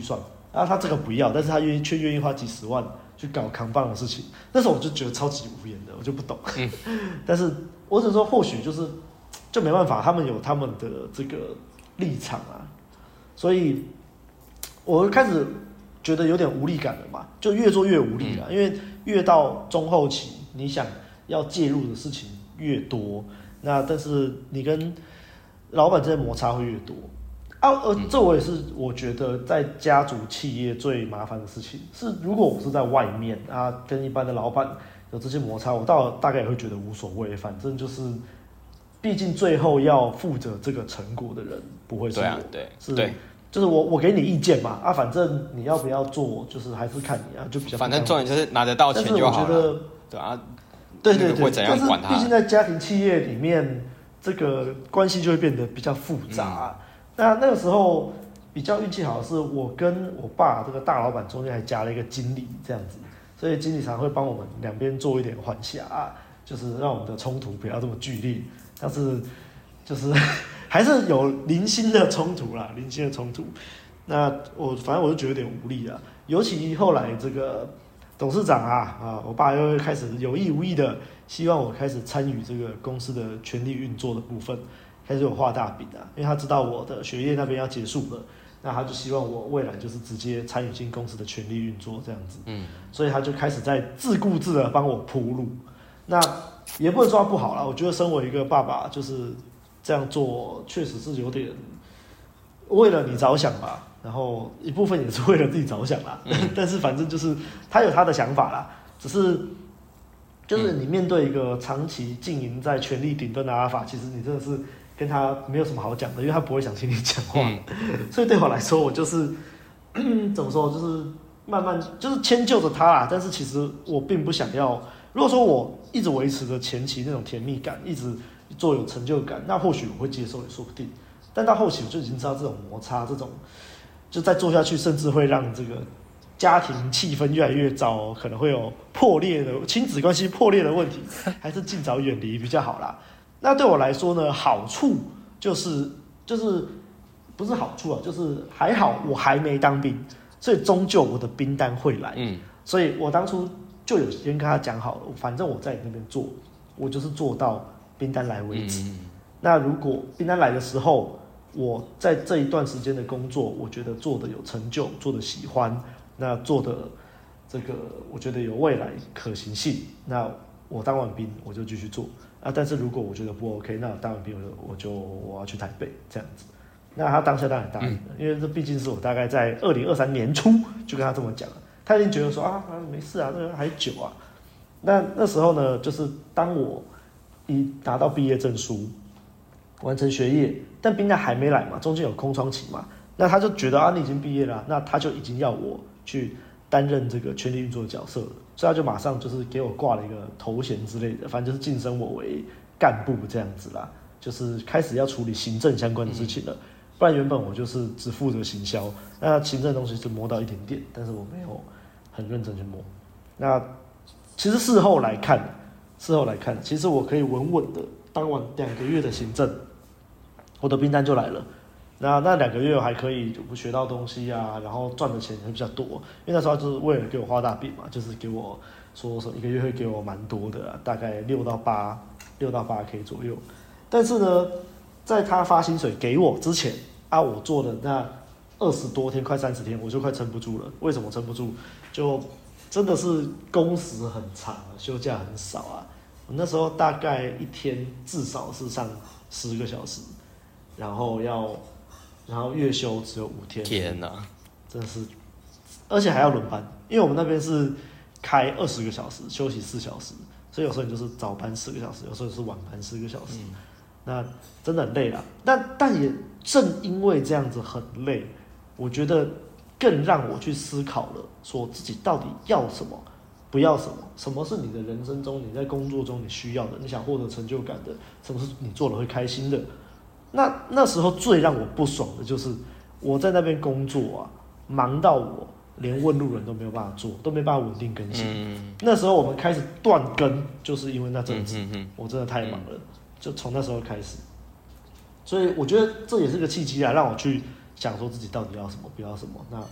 然后他这个不要，但是他愿意却愿意花几十万去搞扛棒的事情，那时候我就觉得超级无言的，我就不懂。嗯、但是我只说或许就是就没办法，他们有他们的这个立场啊，所以我开始觉得有点无力感了嘛，就越做越无力了，嗯、因为越到中后期，你想要介入的事情越多，那但是你跟老板之间摩擦会越多。啊，呃，这我也是，我觉得在家族企业最麻烦的事情是，如果我是在外面啊，跟一般的老板有这些摩擦，我倒大概也会觉得无所谓，反正就是，毕竟最后要负责这个成果的人不会是我，对啊，对，是，对，就是我我给你意见嘛，啊，反正你要不要做，就是还是看你啊，就比较，反正重点就是拿得到钱就好了，但是我觉得，对啊，对对对，但是毕竟在家庭企业里面，这个关系就会变得比较复杂、啊。嗯那那个时候比较运气好的是，我跟我爸这个大老板中间还加了一个经理这样子，所以经理常会帮我们两边做一点缓颊、啊，就是让我们的冲突不要这么剧烈。但是就是还是有零星的冲突啦，零星的冲突。那我反正我就觉得有点无力啦，尤其后来这个董事长啊啊，我爸又开始有意无意的希望我开始参与这个公司的全力运作的部分。开始有画大饼啊，因为他知道我的学业那边要结束了，那他就希望我未来就是直接参与进公司的全力运作这样子，嗯，所以他就开始在自顾自的帮我铺路。那也不能说他不好啦，我觉得身为一个爸爸，就是这样做确实是有点为了你着想吧，然后一部分也是为了自己着想啦，嗯、但是反正就是他有他的想法啦，只是。就是你面对一个长期经营在权力顶端的阿尔法，其实你真的是跟他没有什么好讲的，因为他不会想听你讲话。嗯、所以对我来说，我就是怎么说，就是慢慢就是迁就着他啦。但是其实我并不想要。如果说我一直维持着前期那种甜蜜感，一直做有成就感，那或许我会接受也说不定。但到后期我就已经知道这种摩擦，这种就再做下去，甚至会让这个。家庭气氛越来越糟，可能会有破裂的亲子关系破裂的问题，还是尽早远离比较好啦。那对我来说呢，好处就是就是不是好处啊，就是还好我还没当兵，所以终究我的兵单会来。嗯，所以我当初就有先跟他讲好了，反正我在你那边做，我就是做到兵单来为止。嗯、那如果兵单来的时候，我在这一段时间的工作，我觉得做的有成就，做的喜欢。那做的这个，我觉得有未来可行性。那我当完兵，我就继续做啊。但是如果我觉得不 OK， 那当完兵我就我就我要去台北这样子。那他当下当然答应了，嗯、因为这毕竟是我大概在二零二三年初就跟他这么讲了。他已经觉得说啊，没事啊，这个还久啊。那那时候呢，就是当我一拿到毕业证书，完成学业，但兵单还没来嘛，中间有空窗期嘛，那他就觉得啊，你已经毕业了、啊，那他就已经要我。去担任这个全力运作的角色了，所以他就马上就是给我挂了一个头衔之类的，反正就是晋升我为干部这样子啦，就是开始要处理行政相关的事情了。不然原本我就是只负责行销，那行政的东西就摸到一点点，但是我没有很认真去摸。那其实事后来看，事后来看，其实我可以稳稳的当完两个月的行政，我的兵单就来了。那那两个月还可以学到东西啊，然后赚的钱也比较多，因为那时候就是为了给我画大饼嘛，就是给我说说一个月会给我蛮多的、啊，大概六到八六到八 K 左右。但是呢，在他发薪水给我之前啊，我做的那二十多天，快三十天，我就快撑不住了。为什么撑不住？就真的是工时很长，休假很少啊。我那时候大概一天至少是上十个小时，然后要。然后月休只有五天，天哪，真的是，而且还要轮班，因为我们那边是开二十个小时，休息四小时，所以有时候你就是早班十个小时，有时候是晚班十个小时，嗯、那真的很累啦。但但也正因为这样子很累，我觉得更让我去思考了，说自己到底要什么，不要什么，什么是你的人生中，你在工作中你需要的，你想获得成就感的，什么是你做了会开心的。那那时候最让我不爽的就是我在那边工作啊，忙到我连问路人都没有办法做，都没办法稳定更新。嗯、那时候我们开始断更，就是因为那阵子、嗯、哼哼我真的太忙了，嗯、就从那时候开始。所以我觉得这也是个契机啊，让我去想说自己到底要什么，不要什么。那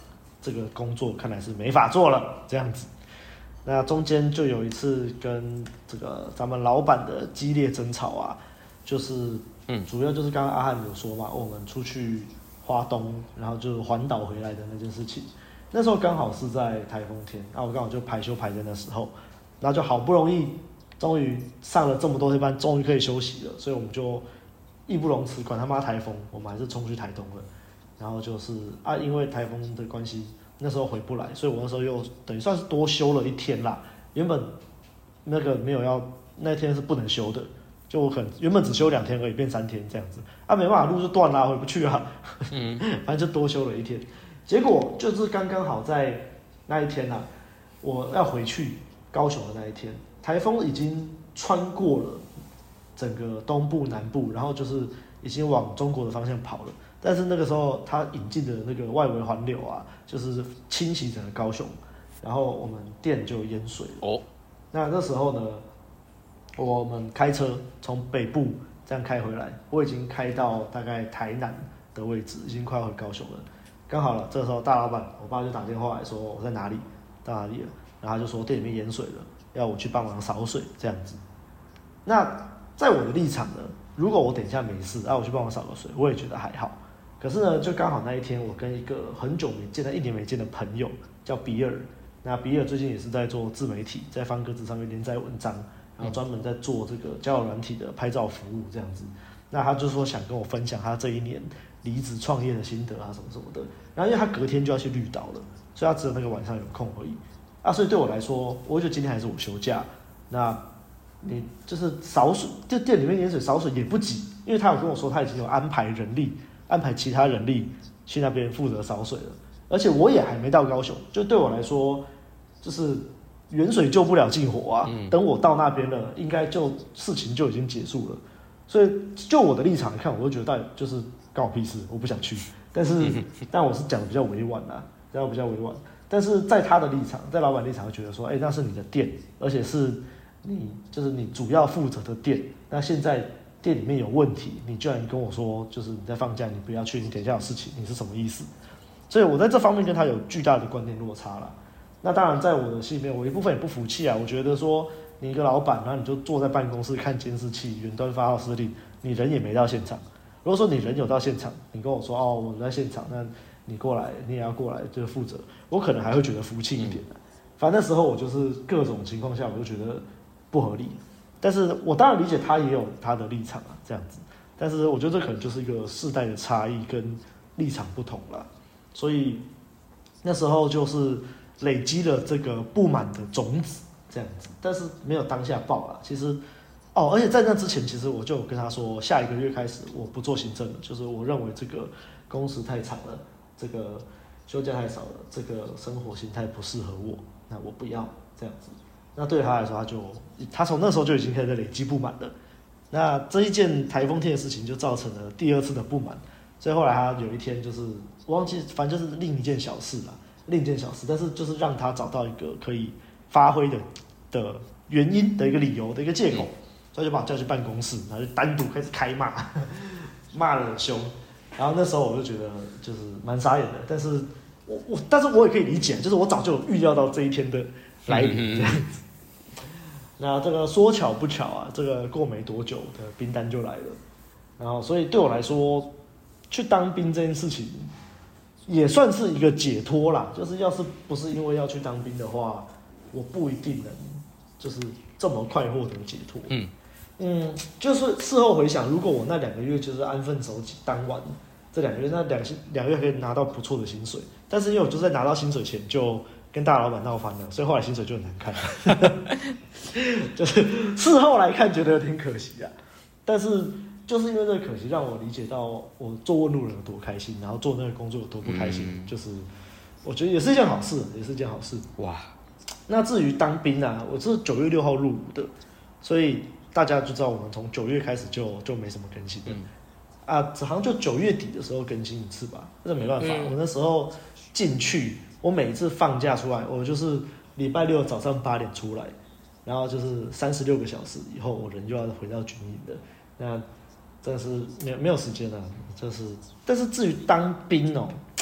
这个工作看来是没法做了这样子。那中间就有一次跟这个咱们老板的激烈争吵啊，就是主要就是刚刚阿汉有说嘛，我们出去花东，然后就环岛回来的那件事情。那时候刚好是在台风天，然后我刚好就排休排在那时候，然后就好不容易终于上了这么多天班，终于可以休息了，所以我们就义不容辞，管他妈台风，我们还是冲去台东了。然后就是啊，因为台风的关系，那时候回不来，所以我那时候又等于算是多休了一天啦。原本那个没有要那天是不能休的，就我可能原本只休两天而已，变三天这样子啊，没办法，路就断啦，回不去啊，嗯，反正就多休了一天。结果就是刚刚好在那一天啊，我要回去高雄的那一天，台风已经穿过了整个东部南部，然后就是已经往中国的方向跑了。但是那个时候它引进的那个外围环流啊，就是侵袭整个高雄，然后我们店就淹水了。哦，那那时候呢，我们开车从北部这样开回来，我已经开到大概台南的位置，已经快回高雄了。刚好了，这个时候大老板，我爸就打电话来说我在哪里，到哪里了，然后他就说店里面淹水了，要我去帮忙扫水这样子。那在我的立场呢，如果我等一下没事，让、啊、我去帮忙扫个水，我也觉得还好。可是呢，就刚好那一天，我跟一个很久没见、的一年没见的朋友叫比尔，那比尔最近也是在做自媒体，在方格子上面连载文章，然后专门在做这个交友软体的拍照服务这样子。那他就说想跟我分享他这一年离职创业的心得啊什么什么的。然后因为他隔天就要去绿岛了，所以他只有那个晚上有空而已啊。所以对我来说，我觉得今天还是我休假。那你就是扫水，就店里面淹水扫水也不急，因为他有跟我说他已经有安排人力，安排其他人力去那边负责扫水了。而且我也还没到高雄，就对我来说，就是远水救不了近火啊。嗯、等我到那边了，应该就事情就已经结束了。所以就我的立场来看，我就觉得就是干我屁事，我不想去。但是，但我是讲的比较委婉啦，讲的比较委婉。但是在他的立场，在老板立场，会觉得说，哎、欸，那是你的店，而且是你就是你主要负责的店。那现在店里面有问题，你居然跟我说，就是你在放假，你不要去，你等一下有事情，你是什么意思？所以我在这方面跟他有巨大的观念落差啦。那当然，在我的心里面，我一部分也不服气啊。我觉得说，你一个老板，然后你就坐在办公室看监视器，远端发号施令，你人也没到现场。如果说你人有到现场，你跟我说哦，我在现场，那你过来，你也要过来，就是负责，我可能还会觉得服气一点的。反正那时候我就是各种情况下，我就觉得不合理。但是我当然理解他也有他的立场啊，这样子。但是我觉得这可能就是一个世代的差异跟立场不同啦。所以那时候就是累积了这个不满的种子，这样子。但是没有当下爆啦，其实。哦，而且在那之前，其实我就有跟他说，下一个月开始我不做行政了，就是我认为这个工时太长了，这个休假太少了，这个生活形态不适合我，那我不要这样子。那对他来说，他就他从那时候就已经开始累积不满了。那这一件台风天的事情就造成了第二次的不满，所以后来他有一天就是我忘记，反正就是另一件小事啦，另一件小事，但是就是让他找到一个可以发挥的的原因的一个理由的一个借口。他就把我叫去办公室，然后就单独开始开骂，骂得很凶。然后那时候我就觉得就是蛮傻眼的，但是我我但是我也可以理解，就是我早就有预料到这一天的来临这样子。那这个说巧不巧啊，这个过没多久的兵单就来了。然后所以对我来说，去当兵这件事情也算是一个解脱啦。就是要是不是因为要去当兵的话，我不一定能就是这么快获得解脱。嗯。嗯，就是事后回想，如果我那两个月就是安分守己当完这两个月，那两两个月可以拿到不错的薪水。但是因为我就在拿到薪水前就跟大老板闹翻了，所以后来薪水就很难看。就是事后来看觉得有点可惜啊，但是就是因为这个可惜，让我理解到我做问路人有多开心，然后做那个工作有多不开心。嗯、就是我觉得也是一件好事，也是一件好事。哇，那至于当兵啊，我是九月六号入伍的，所以。大家就知道我们从九月开始就就没什么更新了，嗯、啊，好像就九月底的时候更新一次吧，这没办法，嗯、我那时候进去，我每次放假出来，我就是礼拜六早上八点出来，然后就是三十六个小时以后，我人就要回到军营的，那真的是没有没有时间了，就是，但是至于当兵哦，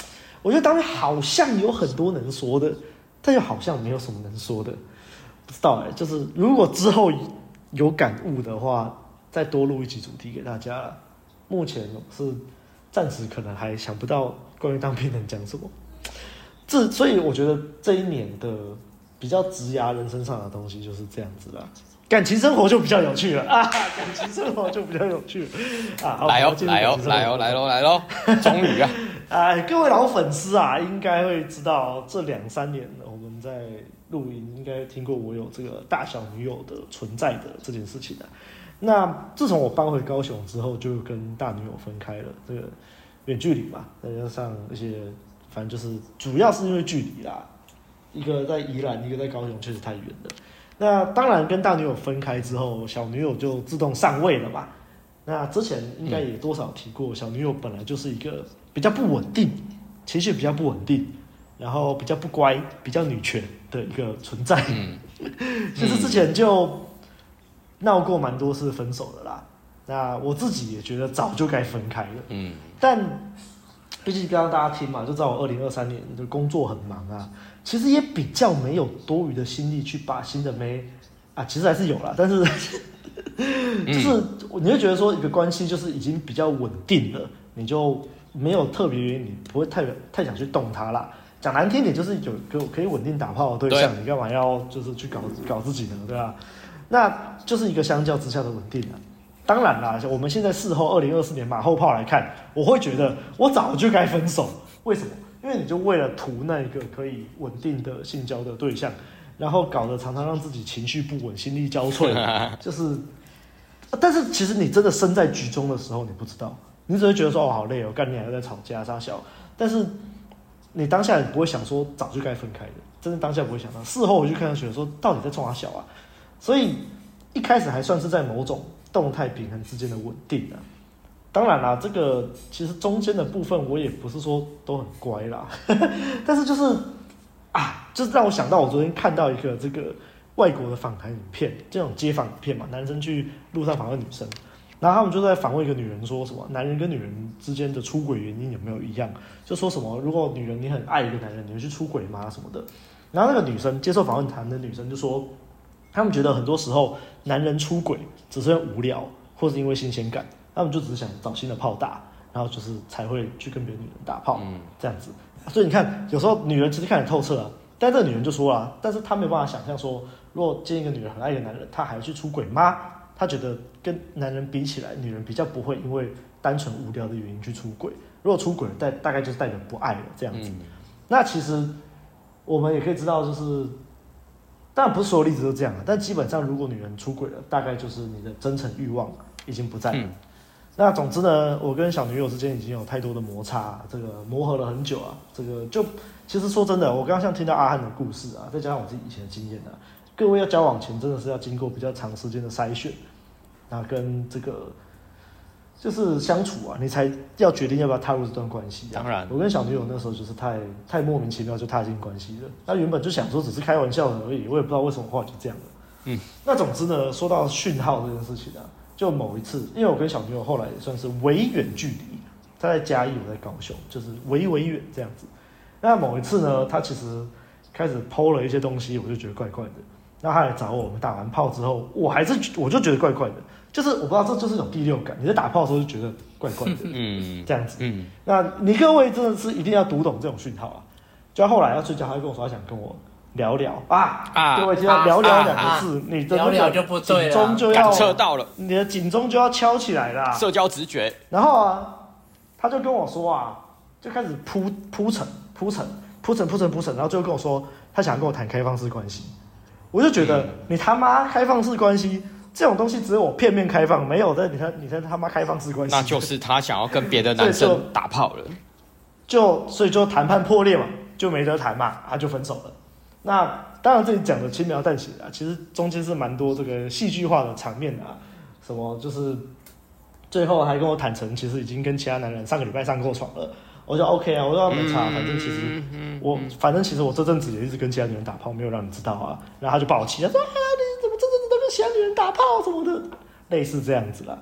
我觉得当兵好像有很多能说的，但又好像没有什么能说的，不知道哎、欸。就是如果之后有感悟的话，再多录一集主题给大家啦。目前是暂时可能还想不到关于当兵能讲什么。这所以我觉得这一年的比较职涯人生上的东西就是这样子啦。感情生活就比较有趣了啊！感情生活就比较有趣了啊！ 来哦，来哦，来哦，来喽，来喽！终于啊！ 哎，各位老粉丝啊，应该会知道这两三年我们在录音，应该听过我有这个大小女友的存在的这件事情啊。那自从我搬回高雄之后，就跟大女友分开了，这个远距离嘛，再加上一些，反正就是主要是因为距离啦，一个在宜兰，一个在高雄，确实太远了。那当然，跟大女友分开之后，小女友就自动上位了嘛。那之前应该也多少提过，小女友本来就是一个比较不稳定，情绪比较不稳定，然后比较不乖，比较女权的一个存在。嗯、其实之前就闹过蛮多次分手的啦。那我自己也觉得早就该分开了。嗯，但毕竟刚刚大家听嘛，就知道我二零二三年的工作很忙啊。其实也比较没有多余的心力去把新的妹啊，其实还是有啦，但是就是你会觉得说一个关系就是已经比较稳定了，你就没有特别原因，你不会太太想去动它啦。讲难听点，就是有个可以稳定打炮的对象，你干嘛要就是去搞搞自己呢？对吧？那就是一个相较之下的稳定啊。当然啦，我们现在事后二零二四年马后炮来看，我会觉得我早就该分手。为什么？因为你就为了图那一个可以稳定的性交的对象，然后搞得常常让自己情绪不稳、心力交瘁，就是。但是其实你真的身在局中的时候，你不知道，你只会觉得说哦好累哦，干你还在吵架撒小。但是你当下也不会想说早就该分开的，真的当下不会想到。事后我就看到觉得说到底在冲啥小啊？所以一开始还算是在某种动态平衡之间的稳定啊。当然啦，这个其实中间的部分我也不是说都很乖啦，但是就是啊，就是让我想到我昨天看到一个这个外国的访谈影片，这种街访影片嘛，男生去路上访问女生，然后他们就在访问一个女人，说什么男人跟女人之间的出轨原因有没有一样？就说什么如果女人你很爱一个男人，你会去出轨吗？什么的。然后那个女生接受访问谈的女生就说，他们觉得很多时候男人出轨只是因为无聊，或是因为新鲜感。他们就只是想找新的炮打，然后就是才会去跟别的女人打炮，嗯、这样子。所以你看，有时候女人其实看得透彻啊，但这个女人就说了、啊，但是她没有办法想象说，如果见一个女人很爱一个男人，她还去出轨吗？她觉得跟男人比起来，女人比较不会因为单纯无聊的原因去出轨。如果出轨了，大概就是代表不爱了这样子。嗯、那其实我们也可以知道，就是当然不是所有例子都这样啊，但基本上如果女人出轨了，大概就是你的真诚欲望已经不在了。嗯那总之呢，我跟小女友之间已经有太多的摩擦，这个磨合了很久啊。这个就其实说真的，我刚刚像听到阿汉的故事啊，再加上我自己以前的经验啊，各位要交往前真的是要经过比较长时间的筛选，啊，跟这个就是相处啊，你才要决定要不要踏入这段关系、啊。 当然， 我跟小女友那时候就是太太莫名其妙就踏进关系了。那原本就想说只是开玩笑而已，我也不知道为什么后来就这样了。嗯，那总之呢，说到讯号这件事情啊。就某一次，因为我跟小女友后来也算是微远距离，她在嘉义，我在高雄，就是微微远这样子。那某一次呢，她其实开始 po 了一些东西，我就觉得怪怪的。那她来找我，我们打完炮之后，我还是我就觉得怪怪的，就是我不知道这就是一种第六感，你在打炮的时候就觉得怪怪的，嗯，这样子。嗯，那你各位真的是一定要读懂这种讯号啊！就后来要睡觉，她就跟我说她想跟我。聊聊啊啊！各位听到“聊聊”两个字，啊、你的那个警钟就要感测到了， 你的警钟就要敲起来啦。 社交直觉。 然后啊，他就跟我说啊，就开始铺铺陈铺陈铺陈铺陈铺陈，然后最后跟我说，他想跟我谈开放式关系。我就觉得、嗯、你他妈开放式关系这种东西，只有我片面开放，没有在你才你才他妈开放式关系。 那就是他想要跟别的男生打炮了， 就所以就谈判破裂嘛，就没得谈嘛，他就分手了。那当然，这里讲的轻描淡写啊，其实中间是蛮多这个戏剧化的场面啊，什么就是最后还跟我坦诚，其实已经跟其他男人上个礼拜上过床了，我就 OK 啊，我说没差，反正其实我反正其实我这阵子也一直跟其他女人打炮，没有让你知道啊，然后他就爆气，他说啊你怎么这阵子都跟其他女人打炮什么的，类似这样子啦。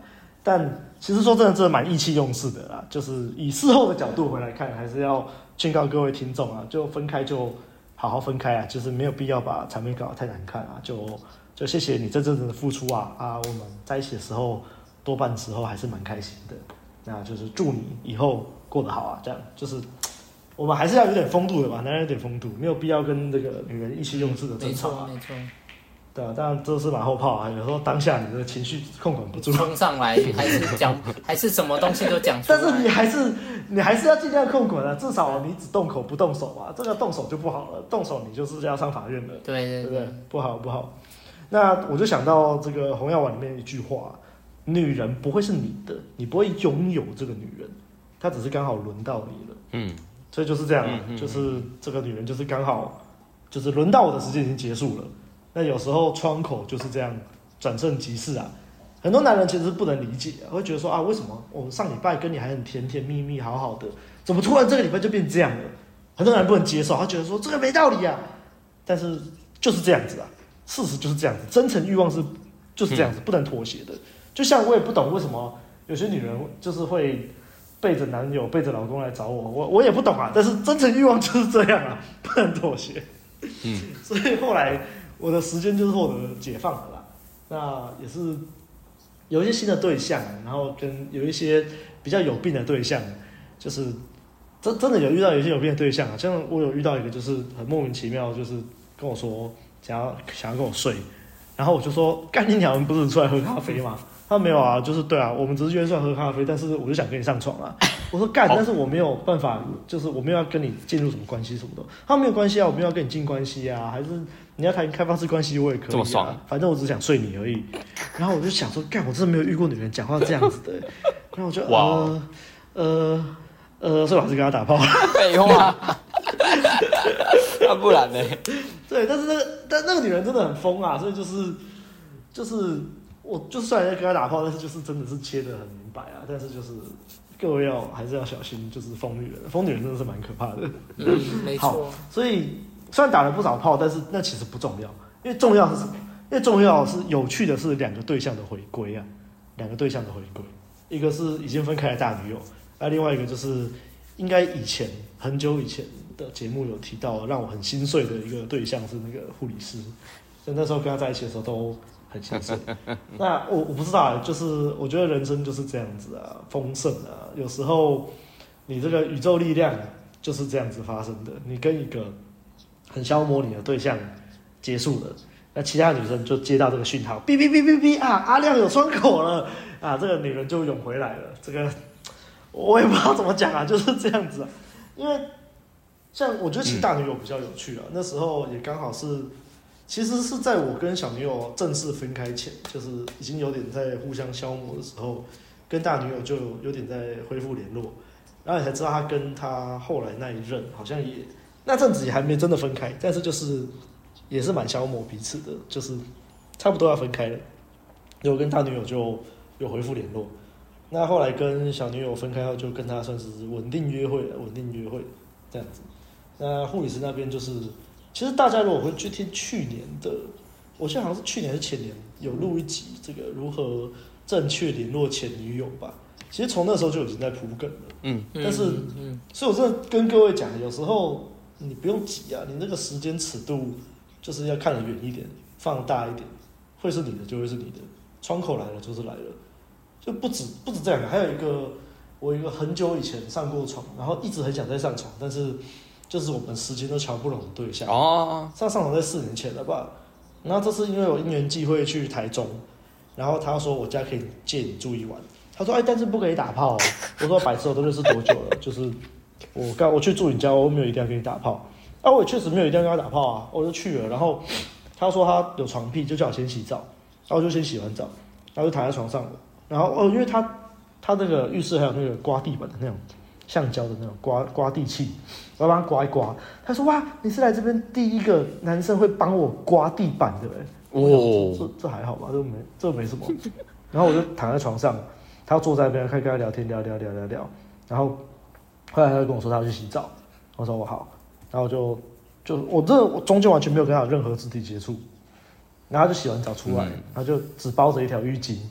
但其实说真的，真的蛮意气用事的啦。就是以事后的角度回来看，还是要劝告各位听众啊，就分开就好好分开啊，就是没有必要把场面搞得太难看啊。就就谢谢你这阵子的付出啊啊！我们在一起的时候，多半时候还是蛮开心的。那就是祝你以后过得好啊，这样就是我们还是要有点风度的吧，男人有点风度，没有必要跟这个女人意气用事的争吵啊。 没错，没错。 对啊，当然这是马后炮啊，有时候当下你的情绪控管不住， 冲上来还是讲，还是什么东西都讲出来。 但是你还是你还是要尽量控管啊，至少你只动口不动手嘛，这个动手就不好了，动手你就是要上法院了。 对对对, 对不对？不好不好。那我就想到这个《红药丸》里面一句话：女人不会是你的，你不会拥有这个女人，她只是刚好轮到你了。嗯，所以就是这样、啊嗯嗯嗯，就是这个女人就是刚好就是轮到我的时间已经结束了。那有时候窗口就是这样转瞬即逝啊，很多男人其实不能理解啊，会觉得说啊，为什么我上礼拜跟你还很甜甜蜜蜜好好的，怎么突然这个礼拜就变这样了？很多男人不能接受，他觉得说这个没道理啊，但是就是这样子啊，事实就是这样子，真诚欲望是就是这样子，不能妥协的。就像我也不懂为什么有些女人就是会背着男友背着老公来找我，我我也不懂啊，但是真诚欲望就是这样啊，不能妥协。嗯，所以后来我的时间就是获得解放了啦，那也是有一些新的对象，然后跟有一些比较有病的对象，就是真真的有遇到有一些有病的对象啊，像我有遇到一个就是很莫名其妙，就是跟我说想要想要跟我睡，然后我就说干你娘，不是出来喝咖啡吗？他没有啊，就是对啊，我们只是约出来喝咖啡，但是我就想跟你上床啊。我说干，但是我没有办法，就是我没有要跟你进入什么关系什么的。他没有关系啊，我没有要跟你进关系啊，还是你要谈开放式关系我也可以、啊， 这么爽， 反正我只想睡你而已。然后我就想说，干，我真的没有遇过女人讲话这样子的。然后我就呃呃呃，所以我还是跟他打炮。 废话，那不然呢？ 对，但是那个但那个女人真的很疯啊，所以就是就是。我就虽然在跟他打炮，但是就是真的是切得很明白啊。但是就是各位要还是要小心，就是疯女人，疯女人真的是蛮可怕的。 嗯，没错。 所以虽然打了不少炮，但是那其实不重要，因为重要是什么？因为重要是有趣的是两个对象的回归啊，两个对象的回归，一个是已经分开的大女友，那另外一个就是应该以前很久以前的节目有提到，让我很心碎的一个对象是那个护理师，所以那时候跟他在一起的时候都很心碎。那我我不知道，就是我觉得人生就是这样子啊，丰盛啊，有时候你这个宇宙力量就是这样子发生的。你跟一个很消磨你的对象结束了，那其他女生就接到这个讯号，哔哔哔哔哔啊，阿亮有窗口了啊，这个女人就涌回来了。这个我也不知道怎么讲啊，就是这样子啊。因为像我觉得其实大女友比较有趣啊，嗯、那时候也刚好是。其实是在我跟小女友正式分开前，就是已经有点在互相消磨的时候，跟大女友就有点在恢复联络，然后你才知道她跟她后来那一任好像也那阵子也还没真的分开，但是就是也是蛮消磨彼此的，就是差不多要分开了。我跟大女友就有恢复联络，那后来跟小女友分开后，就跟她算是稳定约会了，稳定约会这样子。那护理师那边就是。其实大家如果会去听去年的，我记得好像是去年还是前年有录一集这个如何正确联络前女友吧。其实从那时候就已经在铺梗了，嗯，但是，嗯嗯、所以我真的跟各位讲，有时候你不用急啊，你那个时间尺度就是要看得远一点，放大一点，会是你的就会是你的，窗口来了就是来了，就不止不止这样，还有一个我有一个很久以前上过床，然后一直很想再上床，但是。就是我们时间都瞧不拢的对象哦，上上场在四年前了吧？然后这次因为我因缘际会去台中，然后他说我家可以借你住一晚，他说哎，但是不可以打炮哦。我说白痴，我都认识多久了？就是我刚我去住你家，我没有一定要跟你打炮，啊，我也确实没有一定要跟他打炮啊，我就去了。然后他说他有床癖，就叫我先洗澡，然后我就先洗完澡，然后就躺在床上了。然后哦，因为他他那个浴室还有那个刮地板的那种。橡胶的那种刮刮地器，我要帮他刮一刮。他说：“哇，你是来这边第一个男生会帮我刮地板的哎。”哦，这这还好吧，这没这没什么。然后我就躺在床上，他坐在那边，开始跟他聊天，聊聊聊聊聊。然后后来他就跟我说他要去洗澡，我说我好，然后就就我这我中间完全没有跟他有任何肢体接触，然后他就洗完澡出来，嗯、然后就只包着一条浴巾，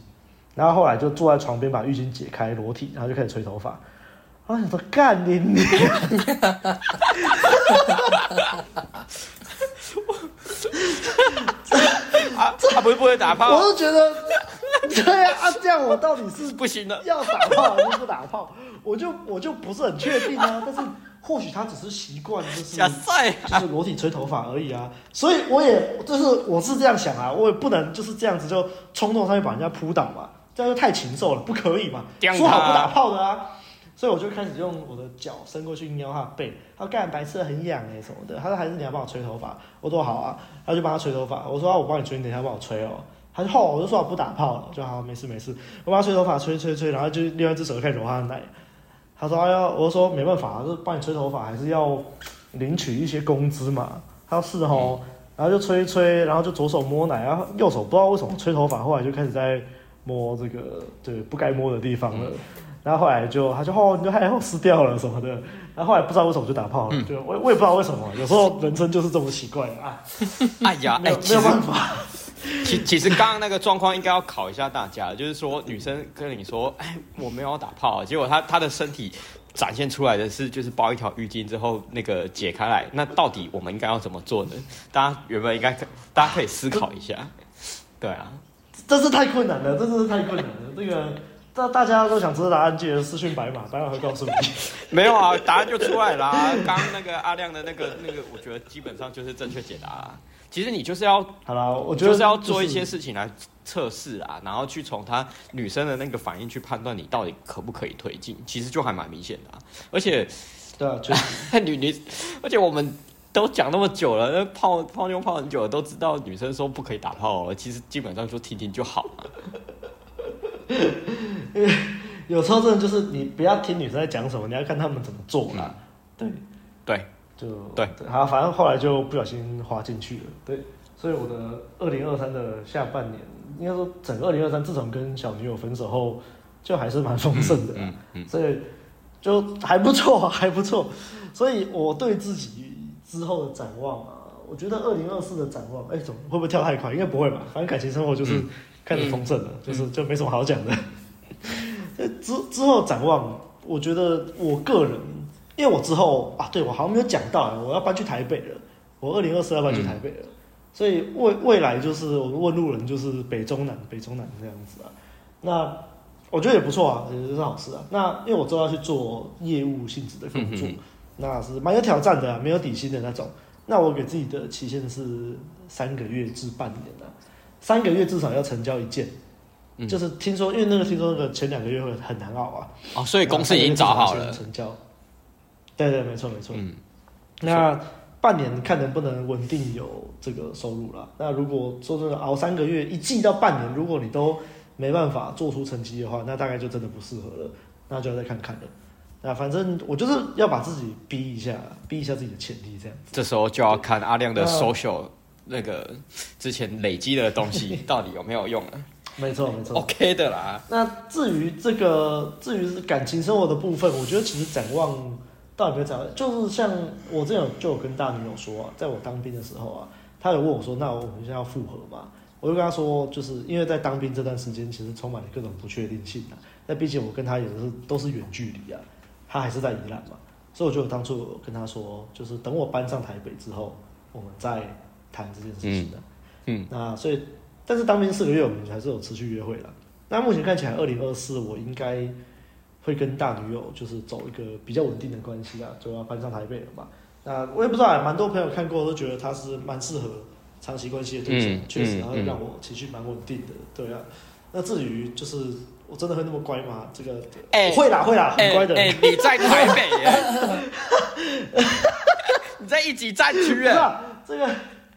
然后后来就坐在床边把浴巾解开裸体，然后就开始吹头发。然后想说干你你。 啊，他不是不会打炮？ 我就觉得，对啊，啊这样我到底是不行了， 要打炮还是不打炮？我就我就不是很确定啊。但是或许他只是习惯，就是就是裸体吹头发而已啊。所以我也就是我是这样想啊，我也不能就是这样子就冲动上去把人家扑倒嘛，这样就太禽兽了，不可以嘛。说好不打炮的啊。所以我就开始用我的脚伸过去撩他的背，他说干白痴很痒哎什么的，他说还是你要帮我吹头发，我说好啊，他就帮他吹头发，我说、啊、我帮你吹，你等一下帮我吹哦，他说好，我就说我不打炮了，我就好没事没事，我帮他吹头发吹吹吹，然后就另外一只手就开始揉他的奶，他说哎呀，我就说没办法，就帮你吹头发还是要领取一些工资嘛，他说是哦，然后就吹吹，然后就左手摸奶，然后右手不知道为什么吹头发，后来就开始在摸这个对不该摸的地方了。嗯然后后来就他就哦，你就害后撕掉了什么的，然后后来不知道为什么就打炮了，嗯、就我我也不知道为什么，有时候人生就是这么奇怪啊！ 哎呀，哎， 没有办法。 其其实刚刚那个状况应该要考一下大家，就是说女生跟你说，哎，我没有要打炮，结果她她的身体展现出来的是就是包一条浴巾之后那个解开来，那到底我们应该要怎么做呢？大家原本应该大家可以思考一下，对啊， 这是太困难了，这真是太困难了，这个。大大家都想知道答案，记得私讯白马，白马会告诉你。 没有啊，答案就出来啦。刚刚那个阿亮的那个那个，我觉得基本上就是正确解答啦。其实你就是要， 好啦，我觉得、就是、 就是要做一些事情来测试啊，然后去从他女生的那个反应去判断你到底可不可以推进，其实就还蛮明显的、啊。而且， 对啊，就是女女，而且我们都讲那么久了，那泡泡妞泡很久了，都知道女生说不可以打炮了，其实基本上就听听就好了。 因为有时候真的就是你不要听女生在讲什么，你要看他们怎么做啦。 嗯、对，对， 就对， 好，反正后来就不小心滑进去了。对，所以我的二零二三的下半年，应该说整个二零二三，自从跟小女友分手后，就还是蛮丰盛的、啊嗯嗯嗯，所以就还不错，还不错。所以我对自己之后的展望啊，我觉得二零二四的展望，哎、欸，总会不会跳太快？应该不会吧。反正感情生活就是。嗯开始丰盛了、嗯，就是就没什么好讲的。之之后展望，我觉得我个人，因为我之后啊，对我好像没有讲到，我要搬去台北了。我二零二四要搬去台北了，嗯、所以未未来就是我们问路人就是北中南北中南这样子啊。那我觉得也不错啊，也是好事啊。那因为我之后要去做业务性质的工作，嗯、那是蛮有挑战的、啊，没有底薪的那种。那我给自己的期限是三个月至半年啊。三个月至少要成交一件、嗯，就是听说，因为那个听说那个前两个月会很难熬啊。 哦，所以公司已经找好了成交。对对，没错没错。嗯，那半年看能不能稳定有这个收入啦。那如果说真的熬三个月，一季到半年，如果你都没办法做出成绩的话，那大概就真的不适合了，那就要再看看了。那反正我就是要把自己逼一下，逼一下自己的潜力，这样子。 这时候就要看阿亮的 social。那个之前累积的东西到底有没有用呢？ 没错没错 ，OK 的啦。 那至于这个，至于感情生活的部分，我觉得其实展望到底没有展望，就是像我之前有就有跟大女友说啊，在我当兵的时候啊，她有问我说，那我们现在要复合吗？我就跟她说，就是因为在当兵这段时间，其实充满了各种不确定性啊。那毕竟我跟她也是都是远距离啊，她还是在宜兰嘛，所以我就当初有跟她说，就是等我搬上台北之后，我们再谈这件事情的，嗯，嗯那所以，但是当兵四个月，我们还是有持续约会啦。那目前看起来，二零二四我应该会跟大女友就是走一个比较稳定的关系啦，就要搬上台北了嘛。那我也不知道，蛮多朋友看过都觉得他是蛮适合长期关系的对象，确、嗯、实，然后让我情绪蛮稳定的，对啊。那至于就是我真的会那么乖吗？这个，哎、欸，会啦会啦，很乖的。 哎、欸欸，你在台北耶，你在一级战区耶， 这个。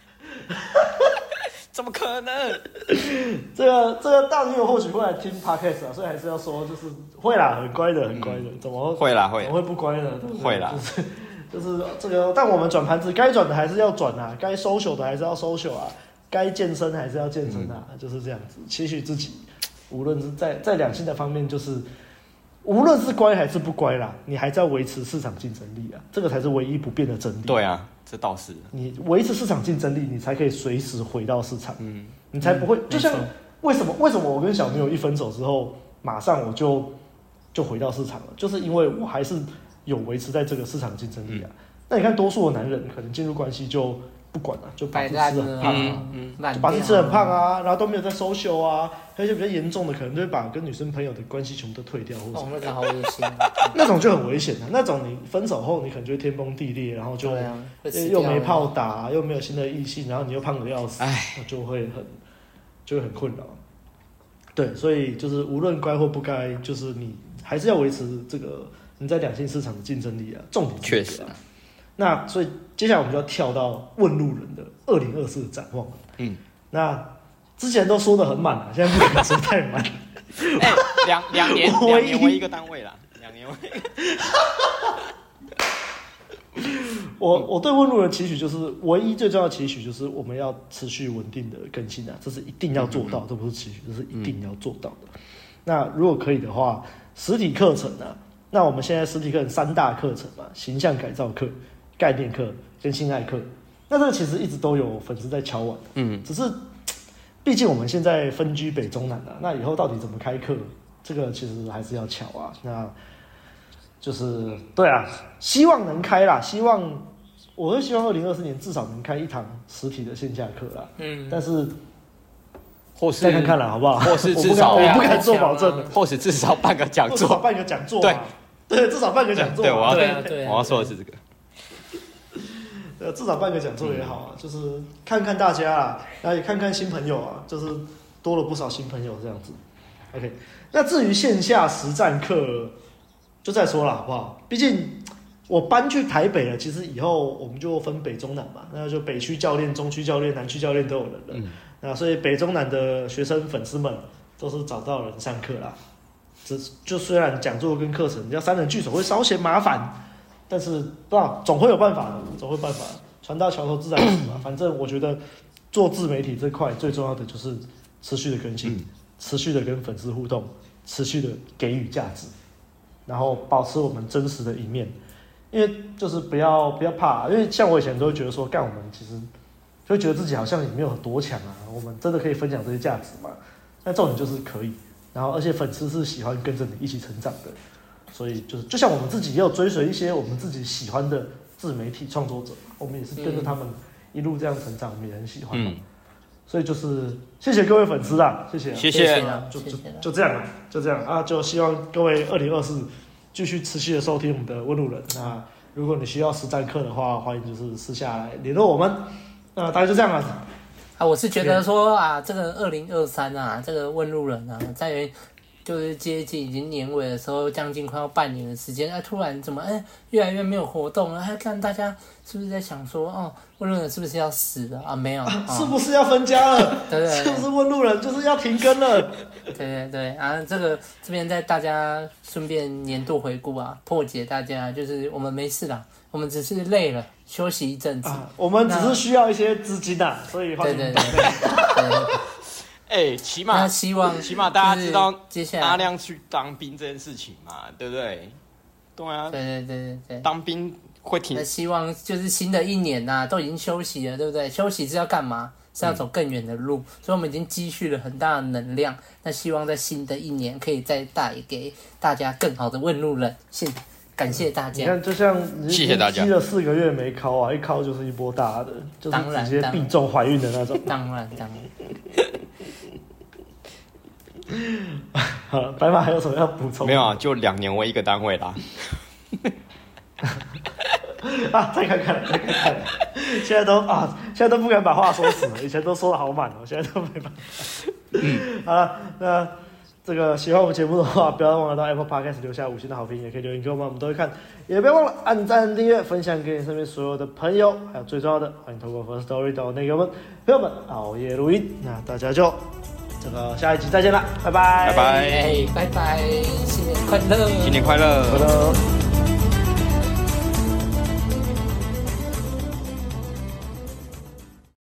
怎么可能？ 这个这个大女友或许会来听 podcast 啊，所以还是要说，就是会啦，很乖的，很乖的，嗯、怎么会啦？会怎么会不乖呢？ 会啦， 就是就是这个，但我们转盘子该转的还是要转啊，该 social 的还是要 social 啊，该健身还是要健身啊，嗯、就是这样子，期许自己，无论是在在两性的方面，就是无论是乖还是不乖啦，你还是要维持市场竞争力啊，这个才是唯一不变的真理。 对啊。这倒是， 你维持市场竞争力，你才可以随时回到市场，嗯，你才不会、嗯、就像为什么为什么我跟小女友一分手之后，马上我就就回到市场了，就是因为我还是有维持在这个市场竞争力啊。嗯、那你看，多数的男人可能进入关系就不管了，就把自己吃很胖啊，嗯嗯、就把自己吃很胖啊，然后都没有在 social 啊，还有一些比较严重的，可能就会把跟女生朋友的关系全部都退掉，或者哦，那个好危险， 那种就很危险的、啊。那种你分手后，你可能就会天崩地裂，然后就、啊、又没炮打，又没有新的异性，然后你又胖的要死，那就会很就会很困扰。对，所以就是无论该或不该，就是你还是要维持这个你在两性市场的竞争力啊，重点确实啊。 那所以接下来我们就要跳到问路人的二零二四的展望。嗯，那之前都说的很满了，现在不敢说太满。 哎、欸，两两年两年为一个单位啦，两年为。 我我对问路人的期许就是，唯一最重要的期许就是我们要持续稳定的更新啊，这是一定要做到，嗯、这不是期许，这是一定要做到的。嗯、那如果可以的话，实体课程啊，那我们现在实体课程三大课程嘛，形象改造课、概念课跟性爱课，那这个其实一直都有粉丝在敲碗，嗯，只是毕竟我们现在分居北中南啊，那以后到底怎么开课，这个其实还是要敲啊。那就是对啊，希望能开啦，希望我会希望二零二四年至少能开一堂实体的线下课啦，嗯，但是或是再看看啦，好不好？ 或是至少我不敢，我不敢做保证的， 或是至少办个讲座， 至少办个讲座，对对，至少办个讲座， 对，我要对啊对， 我要说的是这个。 呃，至少办个讲座也好啊，嗯、就是看看大家啊，然后也看看新朋友啊，就是多了不少新朋友这样子。OK， 那至于线下实战课，就再说了好不好？毕竟我搬去台北了，其实以后我们就分北中南嘛，那就北区教练、中区教练、南区教练都有人了。嗯、那所以北中南的学生粉丝们都是找到人上课啦。只就虽然讲座跟课程要三人聚首会稍显麻烦。但是不知道总会有办法的，总会有办法。船到桥头自然直嘛。反正我觉得做自媒体这块最重要的就是持续的更新，嗯、持续的跟粉丝互动，持续的给予价值，然后保持我们真实的一面。因为就是不要不要怕，因为像我以前都会觉得说，干我们其实就会觉得自己好像也没有多强啊，我们真的可以分享这些价值嘛？但重点就是可以，然后而且粉丝是喜欢跟着你一起成长的。所以就是，就像我们自己也有追随一些我们自己喜欢的自媒体创作者，我们也是跟着他们一路这样成长，我们也很喜欢嘛。嗯、所以就是谢谢各位粉丝啦，谢谢， 谢谢， 就就就这样了，就这样啊，就希望各位二零二四继续持续的收听我们的问路人。那如果你需要实战课的话，欢迎就是私下来联络我们。那大概就这样了。 啊，我是觉得说啊，这个二零二三啊，这个问路人啊，在于。就是接近已经年尾的时候，将近快要半年的时间，哎、啊，突然怎么哎越来越没有活动了？哎、啊，看大家是不是在想说，哦，问路人是不是要死了啊？没有，啊、 是不是要分家了？ 对对， 是不是问路人就是要停更了？ 对对对，啊，这个这边在大家顺便年度回顾啊，破解大家就是我们没事啦，我们只是累了，休息一阵子、啊， 我们只是需要一些资金啊，所以欢迎。 对对对对。对对哎、欸，起码希望起码大家知道接下来阿亮去当兵这件事情嘛，对不对？对啊， 对对对对对， 当兵会挺。 那希望就是新的一年呐、啊，都已经休息了，对不对？休息是要干嘛？是要走更远的路，嗯、所以我们已经积蓄了很大的能量。那希望在新的一年可以再带给大家更好的问路人。谢，感谢大家。 你看，就像谢谢大家。 积了四个月没考啊，一考就是一波大的，就是直接必中怀孕的那种。 当然当然。 好了，白马还有什么要补充？ 没有啊，就两年为一个单位啦。 啊，再看看，再看看，现在都啊，现在都不敢把话说死了，以前都说的好满哦，现在都没办法。嗯，好了，那这个喜欢我们节目的话，不要忘了到 Apple Podcast 留下五星的好评，也可以留言给我们，我们都会看。也不要忘了按赞、订阅、分享给你身边所有的朋友，还有最重要的，欢迎透过 First Story 到那个我们朋友们熬夜录音。那大家就这个下一集再见啦，拜拜， 拜拜， 拜拜，新年快乐， 新年快乐， 快乐。